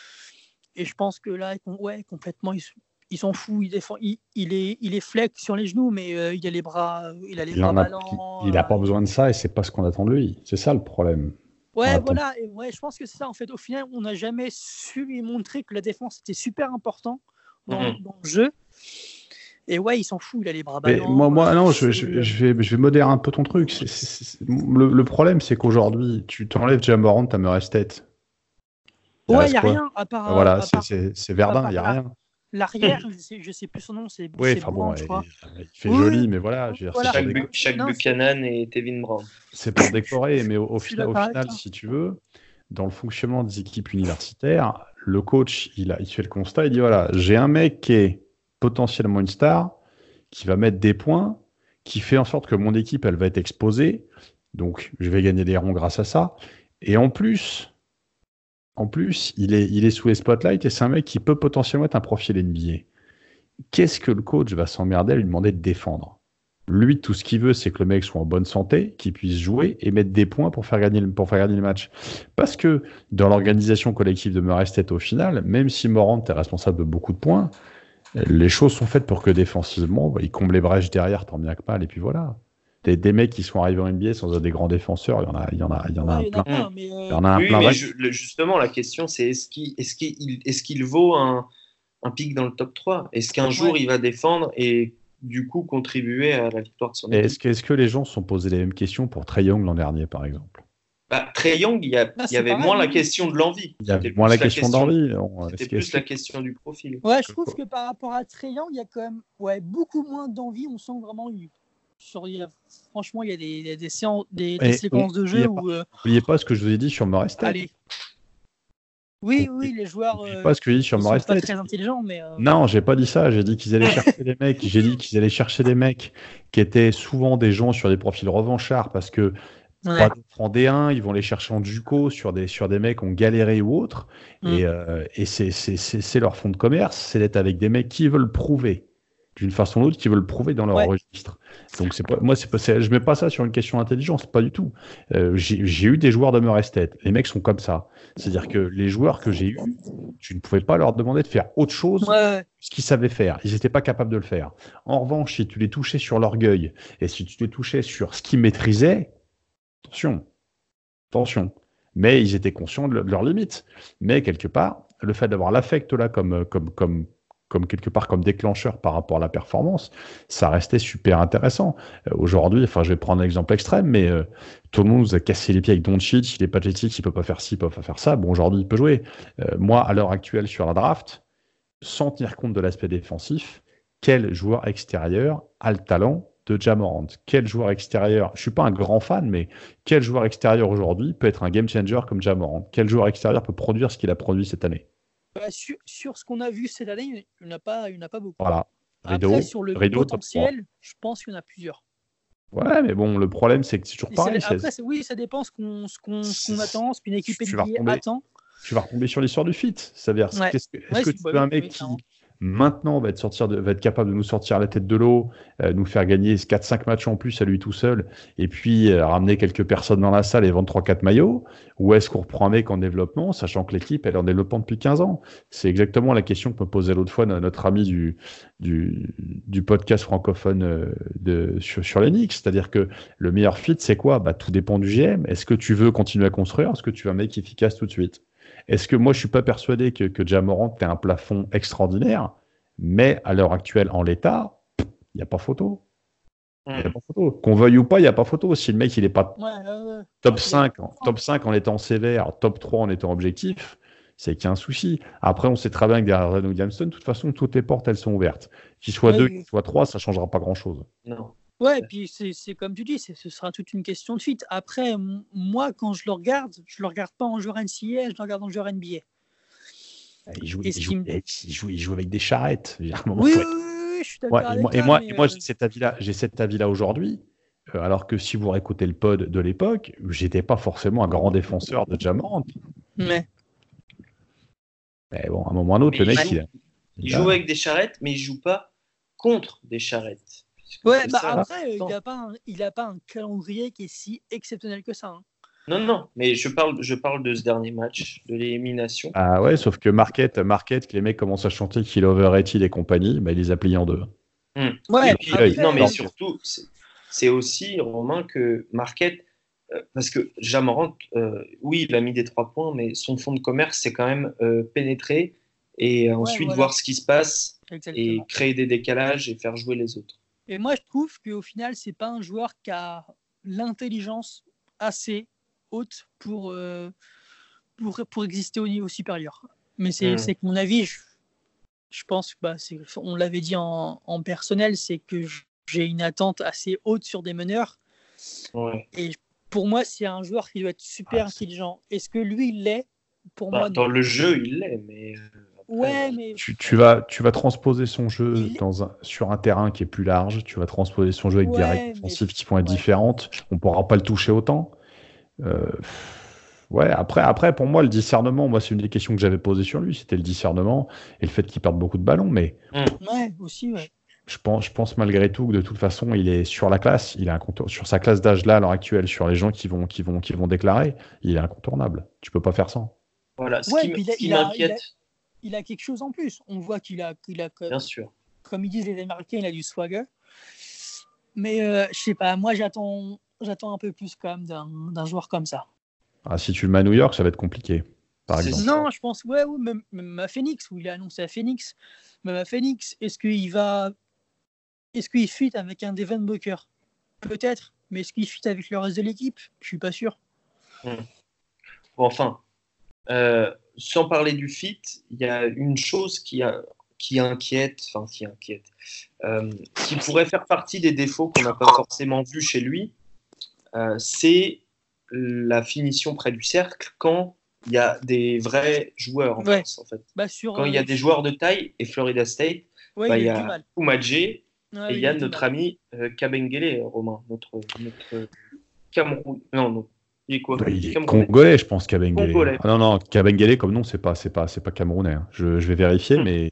Et je pense que là, ouais, complètement, il, il s'en fout. Il défend, il, il est, il est flex sur les genoux, mais euh, il a les bras, il a les il bras a, ballants. Il n'a euh... pas besoin de ça et c'est pas ce qu'on attend de lui. C'est ça le problème. Ouais, voilà. Et ouais, je pense que c'est ça. En fait, au final, on n'a jamais su lui montrer que la défense était super important dans, mmh. dans le jeu. Et ouais, il s'en fout, il a les bras ballants. Mais moi, moi, non, je, je, je, vais, je vais modérer un peu ton truc. C'est, c'est, c'est... Le, le problème, c'est qu'aujourd'hui, tu t'enlèves Ja Morant, t'as Murray. Ouais, il n'y a rien à part. Voilà, à c'est, part, c'est, c'est Verdun, il n'y a la, rien. L'arrière, je sais, je sais plus son nom, c'est, oui, c'est Brown, bon, je crois. Il, il fait oui, joli, mais voilà. Je veux dire, voilà. Shaq, des... Shaq non, Buchanan et Tevin Brown. C'est pour décorer, mais au, au final, au final si tu veux, dans le fonctionnement des équipes universitaires, le coach, il, a, il fait le constat, il dit voilà, j'ai un mec qui est potentiellement une star, qui va mettre des points, qui fait en sorte que mon équipe, elle va être exposée, donc je vais gagner des ronds grâce à ça. Et en plus, en plus il, est, il est sous les spotlights et c'est un mec qui peut potentiellement être un profil N B A. Qu'est-ce que le coach va s'emmerder à lui demander de défendre ? Lui, tout ce qu'il veut, c'est que le mec soit en bonne santé, qu'il puisse jouer et mettre des points pour faire gagner, pour faire gagner le match. Parce que dans l'organisation collective de Murray State, au final, même si Morant est responsable de beaucoup de points, les choses sont faites pour que défensivement, bah, il comble les brèches derrière, tant bien que mal, et puis voilà. Des, des mecs qui sont arrivés en N B A sans être des grands défenseurs, il y en a, il y en a, il y en a ouais, un plein. Il y en a un plein. Oui, mais je, le, justement, la question, c'est est-ce qu'il, est-ce qu'il, est-ce qu'il vaut un, un pic dans le top trois ? Est-ce qu'un jour, ouais. il va défendre et du coup contribuer à la victoire de son équipe ? Est-ce que, est-ce que les gens se sont posé les mêmes questions pour Trae Young l'an dernier, par exemple ? Bah, Trae Young, il y, a, ah, il y avait pareil, moins oui. la question de l'envie. Il y avait moins la question, question d'envie. C'était plus que... la question du profil. Ouais, je trouve que par rapport à Trae Young, il y a quand même ouais, beaucoup moins d'envie. On sent vraiment eu. Sur, il y a, franchement, il y a des, il y a des, séances, des, des séquences on, de jeu où. N'oubliez euh... pas ce que je vous ai dit sur Murray State. Allez. Oui, oui, les joueurs. N'oubliez pas ce que j'ai dit sur Murray State. Pas très intelligents, mais. Euh... Non, j'ai pas dit ça. J'ai dit qu'ils allaient chercher des mecs. J'ai dit qu'ils allaient chercher des mecs qui étaient souvent des gens sur des profils revanchards parce que. Ouais. Pas en D un, ils vont les chercher en Juco sur des, sur des mecs qui ont galéré ou autres. Mm. Et, euh, et c'est, c'est, c'est, c'est leur fond de commerce, c'est d'être avec des mecs qui veulent prouver, d'une façon ou l'autre, qui veulent prouver dans leur ouais. registre. Donc, c'est pas, moi, c'est pas, c'est, je mets pas ça sur une question d'intelligence, pas du tout. Euh, j'ai, j'ai eu des joueurs de Murray State. Les mecs sont comme ça. C'est-à-dire que les joueurs que j'ai eus, tu ne pouvais pas leur demander de faire autre chose ouais. que ce qu'ils savaient faire. Ils n'étaient pas capables de le faire. En revanche, si tu les touchais sur l'orgueil et si tu les touchais sur ce qu'ils maîtrisaient, attention. Attention. Mais ils étaient conscients de leurs limites. Mais quelque part, le fait d'avoir l'affect là comme, comme, comme, comme quelque part comme déclencheur par rapport à la performance, ça restait super intéressant. Euh, aujourd'hui, enfin, je vais prendre un exemple extrême, mais euh, tout le monde nous a cassé les pieds avec Doncic, il est pathétique, il peut pas faire ci, il peut pas faire ça. Bon, aujourd'hui, il peut jouer. Euh, moi, à l'heure actuelle sur la draft, sans tenir compte de l'aspect défensif, quel joueur extérieur a le talent de Ja Morant? Quel joueur extérieur, je ne suis pas un grand fan, mais quel joueur extérieur aujourd'hui peut être un game changer comme Ja Morant? Quel joueur extérieur peut produire ce qu'il a produit cette année? bah, sur, sur ce qu'on a vu cette année, il n'y en a pas, il n'y en a pas beaucoup. Voilà. Rideau, Après, sur le rideau, potentiel, je pense qu'il y en a plusieurs. Ouais, mais bon, le problème, c'est que c'est toujours pareil. C'est, après, c'est, oui, ça dépend ce qu'on, ce qu'on, ce qu'on attend, ce qu'une équipe N B A attend. Tu vas retomber sur l'histoire du fit. C'est-à-dire, ouais. est-ce que, est-ce ouais, que c'est tu bah, veux un oui, mec oui, qui... Maintenant, on va être, sortir de, va être capable de nous sortir la tête de l'eau, euh, nous faire gagner quatre cinq matchs en plus à lui tout seul, et puis euh, ramener quelques personnes dans la salle et vendre trois quatre maillots? Ou est-ce qu'on reprend un mec en développement, sachant que l'équipe, elle est en développement depuis quinze ans? C'est exactement la question que me posait l'autre fois notre ami du, du, du podcast francophone euh, de, sur, sur les Knicks. C'est-à-dire que le meilleur fit, c'est quoi? Bah, tout dépend du G M. Est-ce que tu veux continuer à construire? Est-ce que tu veux un mec efficace tout de suite? Est-ce que moi, je suis pas persuadé que, que Ja Morant ait un plafond extraordinaire, mais à l'heure actuelle, en l'état, il n'y a pas photo. Il n'y a pas photo. Qu'on veuille ou pas, il n'y a pas photo. Si le mec, il n'est pas Ouais, ouais, ouais. top cinq, en- top cinq en étant sévère, top trois en étant objectif, c'est qu'il y a un souci. Après, on sait très bien que derrière Zion Williamson, de toute façon, toutes les portes, elles sont ouvertes. Qu'il soit Ouais, deux, oui. qu'il soit trois, ça ne changera pas grand-chose. Non. Ouais, et puis c'est c'est comme tu dis, c'est- ce sera toute une question de fit. Après, m- moi, quand je le regarde, je le regarde pas en joueur N C A A, je le regarde en joueur N B A. Il joue, Et il ce joue- qui me- il joue- il joue avec des charrettes. Je veux dire, à un moment, Oui, faut oui, être- oui, oui, je suis Ouais, d'accord et avec moi, et toi, moi, mais et moi, euh, j'ai cet avis-là, j'ai cet avis-là aujourd'hui, euh, alors que si vous réécoutez le pod de l'époque, j'étais pas forcément un grand défenseur de Ja Morant. mais- Mais bon, à un moment ou à un autre, Mais le il mec, joue- il, a- Il il joue a- avec des charrettes, mais il joue pas contre des charrettes. Parce que Ouais, c'est bah ça. après, euh, il Non. n'a pas, un- il a pas un calendrier qui est si exceptionnel que ça. hein. Non, non, mais je parle, je parle de ce dernier match, de l'élimination. Ah ouais, sauf que Marquette, Marquette, que les mecs commencent à chanter qu'il est overrated et compagnie, bah, il les a pliés en deux. Hmm. Ouais, Et puis, après, non, mais non. surtout, c'est c'est aussi, Romain, que Marquette, euh, parce que Ja Morant, euh, oui, il a mis des trois points, mais son fond de commerce, c'est quand même euh, pénétrer et euh, ensuite voilà. voir ce qui se passe et Exactement. créer des décalages et faire jouer les autres. Et moi, je trouve qu'au final, c'est pas un joueur qui a l'intelligence assez haute pour, euh, pour, pour exister au niveau supérieur. Mais c'est Mm. c'est que mon avis, je, je pense que bah, c'est- on l'avait dit en, en personnel, c'est que j'ai une attente assez haute sur des meneurs. Ouais. Et pour moi, c'est un joueur qui doit être super Ah, c'est- intelligent. Est-ce que lui, il l'est? Pour Bah, moi, non. dans le jeu, il l'est, mais euh, après, Ouais, mais Tu, tu vas, tu vas transposer son jeu Il- dans un, sur un terrain qui est plus large, tu vas transposer son jeu avec des Ouais, règles mais- offensives qui vont être ouais. différentes, on ne pourra pas le toucher autant. Euh, ouais, après, après, pour moi, le discernement, moi, c'est une des questions que j'avais posées sur lui, c'était le discernement et le fait qu'il perde beaucoup de ballons, mais ouais, aussi, ouais. je pense, je pense malgré tout que de toute façon, il est sur la classe, il est incontour- sur sa classe d'âge là à l'heure actuelle, sur les gens qui vont, qui vont, qui vont déclarer, il est incontournable. Tu peux pas faire sans. voilà. Ce Ouais, qui, puis m- il a- ce qui il a- m'inquiète, Il a quelque chose en plus. On voit qu'il a, qu'il a comme, bien sûr. comme ils disent les Américains, il a du swagger. Mais euh, je sais pas, moi j'attends, j'attends un peu plus quand même d'un, d'un joueur comme ça. Ah, si tu le mets à New York, ça va être compliqué, par C'est exemple. ça. Non, je pense, ouais, ouais, même, même à Phoenix, où il a annoncé à Phoenix. Même à Phoenix, est-ce qu'il va. Est-ce qu'il fit avec un Devin Booker? Peut-être, mais est-ce qu'il fit avec le reste de l'équipe? Je suis pas sûr. Bon, enfin, euh, sans parler du fit, il y a une chose qui, a, qui inquiète, enfin qui inquiète, euh, qui pourrait faire partie des défauts qu'on n'a pas forcément vus chez lui, euh, c'est la finition près du cercle quand il y a des vrais joueurs en Ouais. face, en fait. Bah, sur, Quand il y a euh, des joueurs de taille, et Florida State, ouais, bah, il il y a eu du a mal. Oumadje Ouais, et il y a eu du notre mal. ami euh, Kabengele, Romain, notre, notre Cameroun. Non, non. Il est quoi? Il est Camerounais. congolais, je pense, Kabengele. Congolais. Ah non, non, Kabengele, comme nom, c'est pas, c'est pas, c'est pas camerounais. hein. Je, je vais vérifier, mais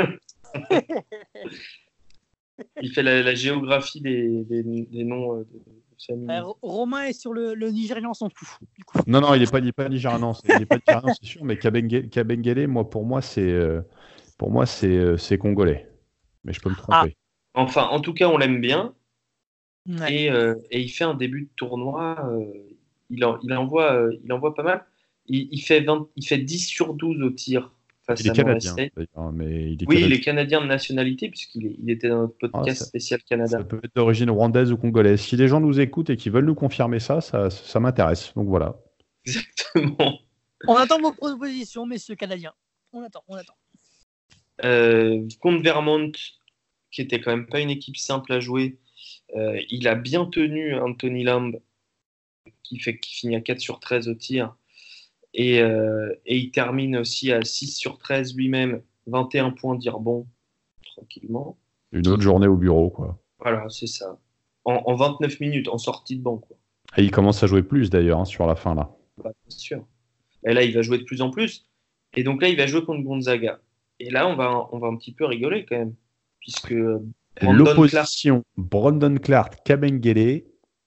Il fait la, la géographie des, des, des noms euh, de, de famille. Euh, Romain est sur le, le Nigérian, on s'en fout. Du coup. non, non, il est pas, il est pas nigérian, c'est, il est pas nigérian, c'est sûr. Mais Kabengele, Kabengele, moi, pour moi, c'est, euh, pour moi, c'est, euh, c'est congolais. Mais je peux me tromper. Enfin, en tout cas, on l'aime bien. Ouais. Et, euh, et il fait un début de tournoi. euh, il, en, il, envoie, euh, il envoie pas mal. Il, il, fait vingt, il fait dix sur douze au tir face Il est à Morris canadien, State. d'ailleurs, mais il est Oui, il canadien. est canadien de nationalité, puisqu'il est, il était dans notre podcast Ah, ça- spécial Canada. Ça peut être d'origine rwandaise ou congolaise. Si les gens nous écoutent et qui veulent nous confirmer ça, ça, ça m'intéresse. Donc voilà. Exactement. On attend vos propositions, messieurs canadiens. On attend, on attend. Euh, contre Vermont, qui était quand même pas une équipe simple à jouer, euh, il a bien tenu Anthony Lamb, qui, fait, qui finit à quatre sur treize au tir. Et, euh, et il termine aussi à six sur treize lui-même, vingt et un points dire bon, tranquillement. Une autre journée au bureau, quoi. Voilà, c'est ça. En, en vingt-neuf minutes, en sortie de banc, quoi. Et il commence à jouer plus, d'ailleurs, hein, sur la fin, là. Bah, bien sûr. Et là, il va jouer de plus en plus. Et donc là, il va jouer contre Gonzaga. et là, on va, on va un petit peu rigoler quand même, puisque Brandon l'opposition Clark... Brandon Clark, Kabengele,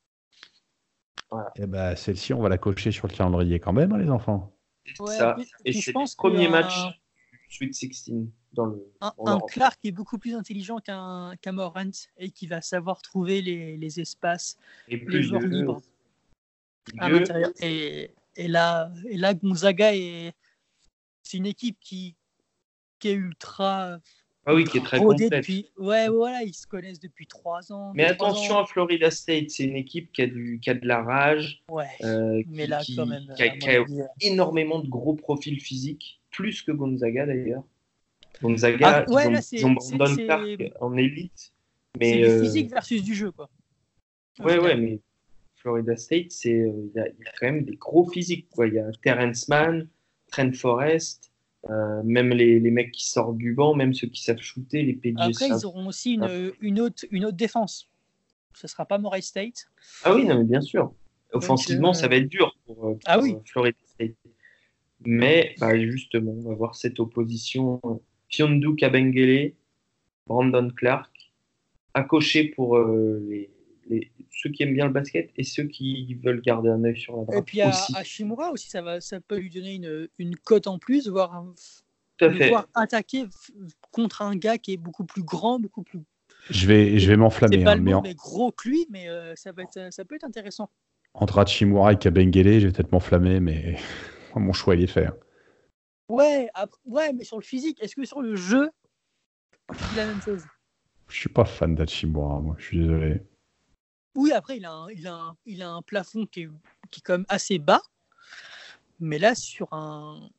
voilà. Et bah, celle-ci, on va la cocher sur le calendrier quand même, hein, les enfants. C'est Ouais, ça. puis- Et puis c'est je pense le premier qu'un- match du Sweet seize dans le. Un, dans un l'Europe. Clark est beaucoup plus intelligent qu'un qu'un Morant et qui va savoir trouver les, les espaces, Et les plus joueurs vieux, libres à vieux, l'intérieur. Et, et, là, et là, Gonzaga, est, c'est une équipe qui, qui est ultra, Ah oui, qui est très rodée complète. depuis. Ouais, voilà, ils se connaissent depuis trois ans. Mais trois attention ans. à Florida State, c'est une équipe qui a, du, qui a de la rage, Ouais, euh, mais qui, là, qui- quand même, qui a, à mon qui a avis, euh, énormément de gros profils physiques, plus que Gonzaga d'ailleurs. Gonzaga, ah, ouais, ils, ont, là, ils c'est, ont c'est, Brandon c'est, Clark en élite. c'est Mais, du euh, physique versus du jeu, quoi. au ouais, final. ouais, mais Florida State, c'est, euh, il y, a, il y a quand même des gros physiques, quoi. Il y a Terrence Mann, Trent Forrest, euh, même les, les mecs qui sortent du banc, même ceux qui savent shooter, les P J Après, savent. ils auront aussi une, une, autre, une autre défense. Ce ne sera pas Morris State. Ah oui, non, mais bien sûr. Offensivement, Donc, euh, ça va être dur pour, pour Ah oui. Florida State. Mais bah, justement, on va voir cette opposition Fiondu Kabengele, Brandon Clark, à cocher pour euh, les, les, ceux qui aiment bien le basket et ceux qui veulent garder un œil sur la Et draft puis à, aussi. à Shimura aussi, ça, va, ça peut lui donner une, une cote en plus, voire un, Tout à le fait. voir attaquer contre un gars qui est beaucoup plus grand, beaucoup plus. Je vais, je vais m'enflammer. C'est pas Hein, le mais mot, en- mais gros que lui, mais euh, ça, va être, ça peut être intéressant. entre Hachimura et Kabengele, je vais peut-être m'enflammer, mais mon choix, il est fait. hein. Ouais, après- ouais, mais sur le physique, est-ce que sur le jeu, c'est la même chose? Je suis pas fan d'Hachimura, moi, je suis désolé. Oui, après, il a un, il a un, il a un plafond qui est, qui est quand même assez bas, mais là, sur un.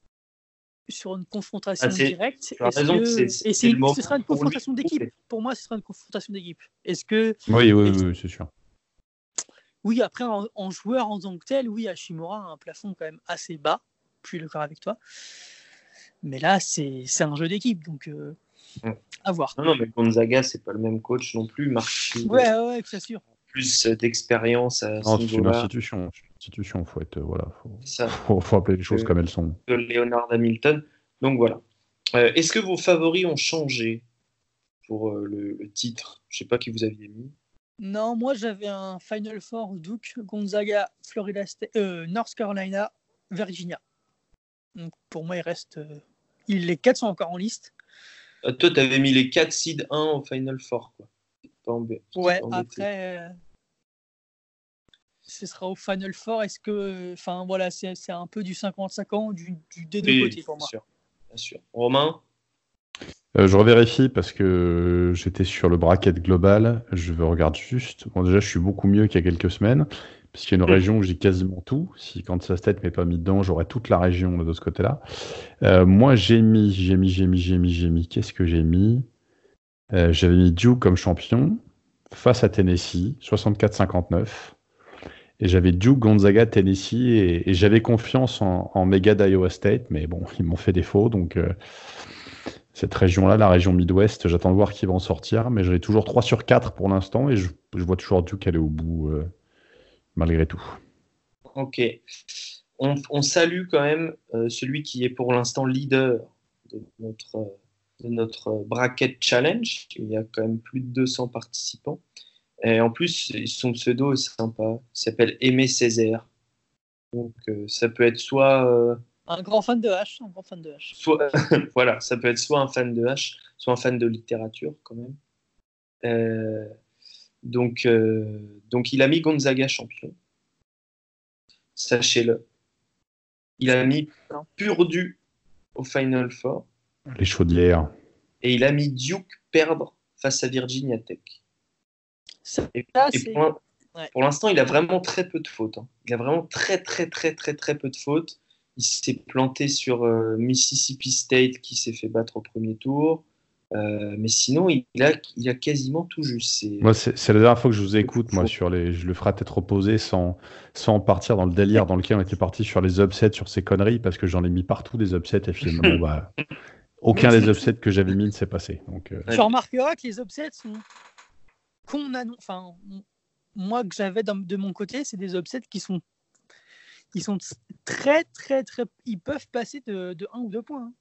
Sur une confrontation Ah, c'est- directe, tu as est-ce raison que que c'est- c'est et c'est- le moment ce sera une pour lui confrontation de d'équipe. prouver. Pour moi, ce sera une confrontation d'équipe. Est-ce que Oui, oui, est-ce- oui, c'est sûr. oui, après en, en joueur en tant que tel, oui, Hachimura a un plafond quand même assez bas. Je suis d'accord avec toi. Mais là, c'est c'est un jeu d'équipe, donc euh, Mm. à voir. Non, non, mais Gonzaga, c'est pas le même coach non plus. Marc Ouais, ouais, ouais, c'est sûr. plus d'expérience à Non, ce c'est une niveau-là institution. C'est une institution, faut être, euh, voilà, faut, Ça. faut, faut appeler les choses Euh, comme elles sont. que Leonard Hamilton. Donc voilà. Euh, Est-ce que vos favoris ont changé pour euh, le, le titre? Je sais pas qui vous aviez mis. Non, moi j'avais un Final Four Duke, Gonzaga, Florida State, euh, North Carolina, Virginia. Donc pour moi, il reste. euh, il- les quatre sont encore en liste. Euh, toi, tu avais mis les quatre seed un au Final Four. Quoi. Pas embê- Ouais, pas embêté. après, euh, ce sera au Final Four. Est-ce que. Enfin, voilà, c'est c'est un peu du cinquante cinquante du, du, des deux Oui, côtés pour bien moi. sûr, bien sûr. Romain, Euh, je revérifie parce que j'étais sur le bracket global. Je regarde juste. Bon, déjà, je suis beaucoup mieux qu'il y a quelques semaines, parce qu'il y a une Mm. région où j'ai quasiment tout. Si Kansas State m'est pas mis dedans, j'aurais toute la région de ce côté-là. Euh, moi, j'ai mis, j'ai mis, j'ai mis, j'ai mis, j'ai mis. Qu'est-ce que j'ai mis Euh, J'avais mis Duke comme champion face à Tennessee, soixante-quatre cinquante-neuf. Et j'avais Duke, Gonzaga, Tennessee, et, et j'avais confiance en, en méga d'Iowa State, mais bon, ils m'ont fait défaut, donc euh, cette région-là, la région Midwest, j'attends de voir qui va en sortir, mais j'ai toujours trois sur quatre pour l'instant, et je, je vois toujours Duke aller au bout, euh, malgré tout. ok. On, on salue quand même euh, celui qui est pour l'instant leader de notre, euh, de notre bracket challenge. Il y a quand même plus de deux cents participants. Et en plus, son pseudo est sympa. Il s'appelle Aimé Césaire. Donc, euh, ça peut être soit, euh, Un grand fan de H, un grand fan de H. soit voilà, ça peut être soit un fan de H, soit un fan de littérature quand même. Euh, donc, euh, donc, il a mis Gonzaga champion. Sachez-le. Il a mis Purdue au Final Four. Les chaudières. Et il a mis Duke perdre face à Virginia Tech. Ça, Et, ça, et c'est- pour, l'in- ouais. pour l'instant, il a vraiment très peu de fautes. hein. Il a vraiment très, très, très, très, très peu de fautes. Il s'est planté sur euh, Mississippi State qui s'est fait battre au premier tour. Euh, mais sinon, il a, il a quasiment tout juste. C'est- Moi, c'est c'est la dernière fois que je vous écoute, moi, Faux. sur les. Je le ferai peut-être opposer sans, sans partir dans le délire dans lequel on était parti sur les upsets, sur ces conneries, parce que j'en ai mis partout des upsets, et finalement, bah, aucun des upsets que j'avais mis ne s'est passé. Donc, euh, Tu remarqueras que les upsets sont qu'on annonce. Enfin, m- moi que j'avais dans- de mon côté, c'est des upsets qui sont qui sont très très très. Ils peuvent passer de, de un ou deux points. hein.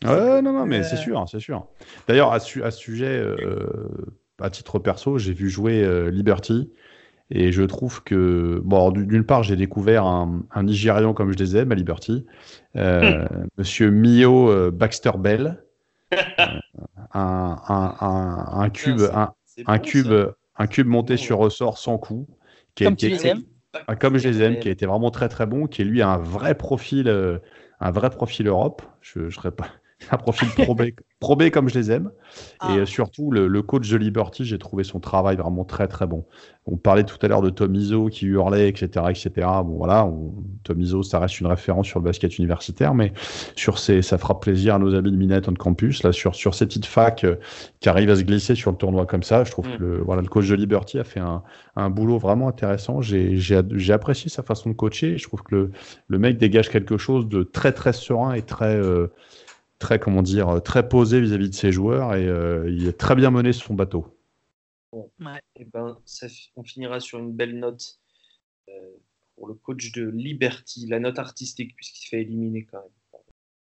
Ouais, non, non, mais Euh, c'est sûr, c'est sûr. D'ailleurs, à, su- à ce sujet, euh, à titre perso, j'ai vu jouer euh, Liberty et je trouve que, bon, alors, d'une part, j'ai découvert un, un Nigérian comme je les aime à Liberty, euh, Monsieur Mio euh, Baxter Bell, euh, un, un, un, un Putain, cube, c'est un, c'est un bon cube, ça. un cube monté Bon, sur ouais. ressort sans coup, qui a Comme tu été les Ah aimes. oui, ah, comme je les aime, qui a Bell. été vraiment très très bon, qui est lui un vrai profil, euh, un vrai profil Europe. Je, je serais pas un profil Pro B, Pro B comme je les aime. Et euh, Ah, surtout, le, le coach de Liberty, j'ai trouvé son travail vraiment très très bon. On parlait tout à l'heure de Tom Izzo qui hurlait, et cetera, et cetera. Bon voilà, on, Tom Izzo, ça reste une référence sur le basket universitaire, mais sur ces, ça fera plaisir à nos amis de Minette on Campus. Là, sur sur ces petites facs euh, qui arrivent à se glisser sur le tournoi comme ça, je trouve Mm. que le, voilà, le coach de Liberty a fait un un boulot vraiment intéressant. J'ai, j'ai, j'ai apprécié sa façon de coacher. Je trouve que le, le mec dégage quelque chose de très très serein et très, euh, très comment dire, très posé vis-à-vis de ses joueurs et euh, il a très bien mené son bateau. ouais. Eh ben, ça, on finira sur une belle note euh, pour le coach de Liberty, la note artistique, puisqu'il se fait éliminer quand même.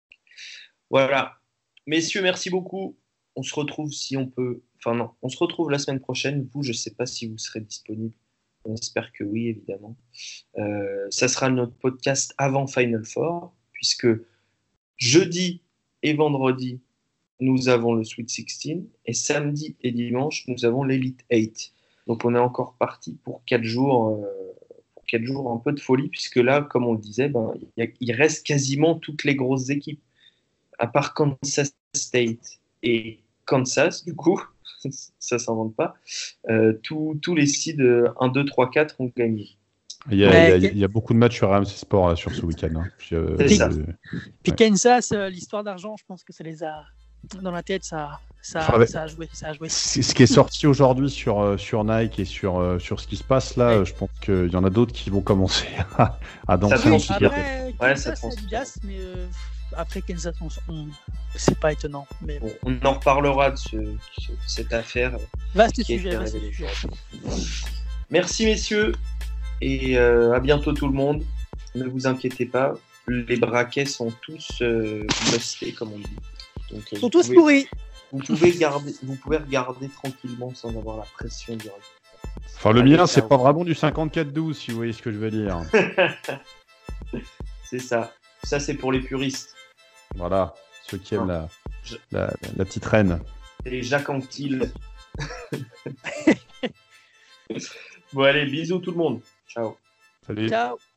Voilà. Messieurs, merci beaucoup. On se retrouve si on peut. Enfin, non, on se retrouve la semaine prochaine. Vous, je ne sais pas si vous serez disponible. On espère que oui, évidemment. Euh, ça sera notre podcast avant Final Four, puisque jeudi et vendredi, nous avons le Sweet seize, et samedi et dimanche, nous avons l'Elite huit. Donc, on est encore parti pour quatre jours, euh, pour quatre jours un peu de folie, puisque là, comme on le disait, ben, il, y a, il reste quasiment toutes les grosses équipes, à part Kansas State et Kansas, du coup, ça s'invente pas, euh, tous, tous les seeds un, deux, trois, quatre ont gagné. Il y a, Ouais, il y a, il y a beaucoup de matchs sur R M C Sport là, sur ce week-end. Hein. Puis, euh, C'est ça. euh, Puis ouais. Kansas, euh, l'histoire d'argent, je pense que ça les a dans la tête, ça, ça, Enfin, ouais. ça a joué, ça a joué. Ce ce qui est sorti aujourd'hui sur, euh, sur Nike et sur, euh, sur ce qui se passe là, Ouais. euh, je pense qu'il y en a d'autres qui vont commencer à, à danser Ça un pense petit pas. peu. Après, Ouais, Kansas, ça c'est pense. Adidas, mais euh, après Kansas, on, on- c'est pas étonnant. Mais Bon, on en reparlera de, ce, de cette affaire. vaste qui a été sujet, vaste révélée sujet. aujourd'hui. Merci messieurs et euh, à bientôt tout le monde. Ne vous inquiétez pas, les braquets sont tous euh, bustés comme on dit. Donc, euh, Ils sont vous tous pouvez- pourris. Vous pouvez, garder, vous pouvez regarder tranquillement sans avoir la pression du résultat. Enfin, le Allez, mien, c'est ciao. pas vraiment du cinquante-quatre douze, si vous voyez ce que je veux dire. C'est ça. Ça, c'est pour les puristes. Voilà, ceux qui aiment la, Je- la, la petite reine. C'est les Jacques Anquetil. Bon, allez, bisous tout le monde. Ciao. Salut. Ciao.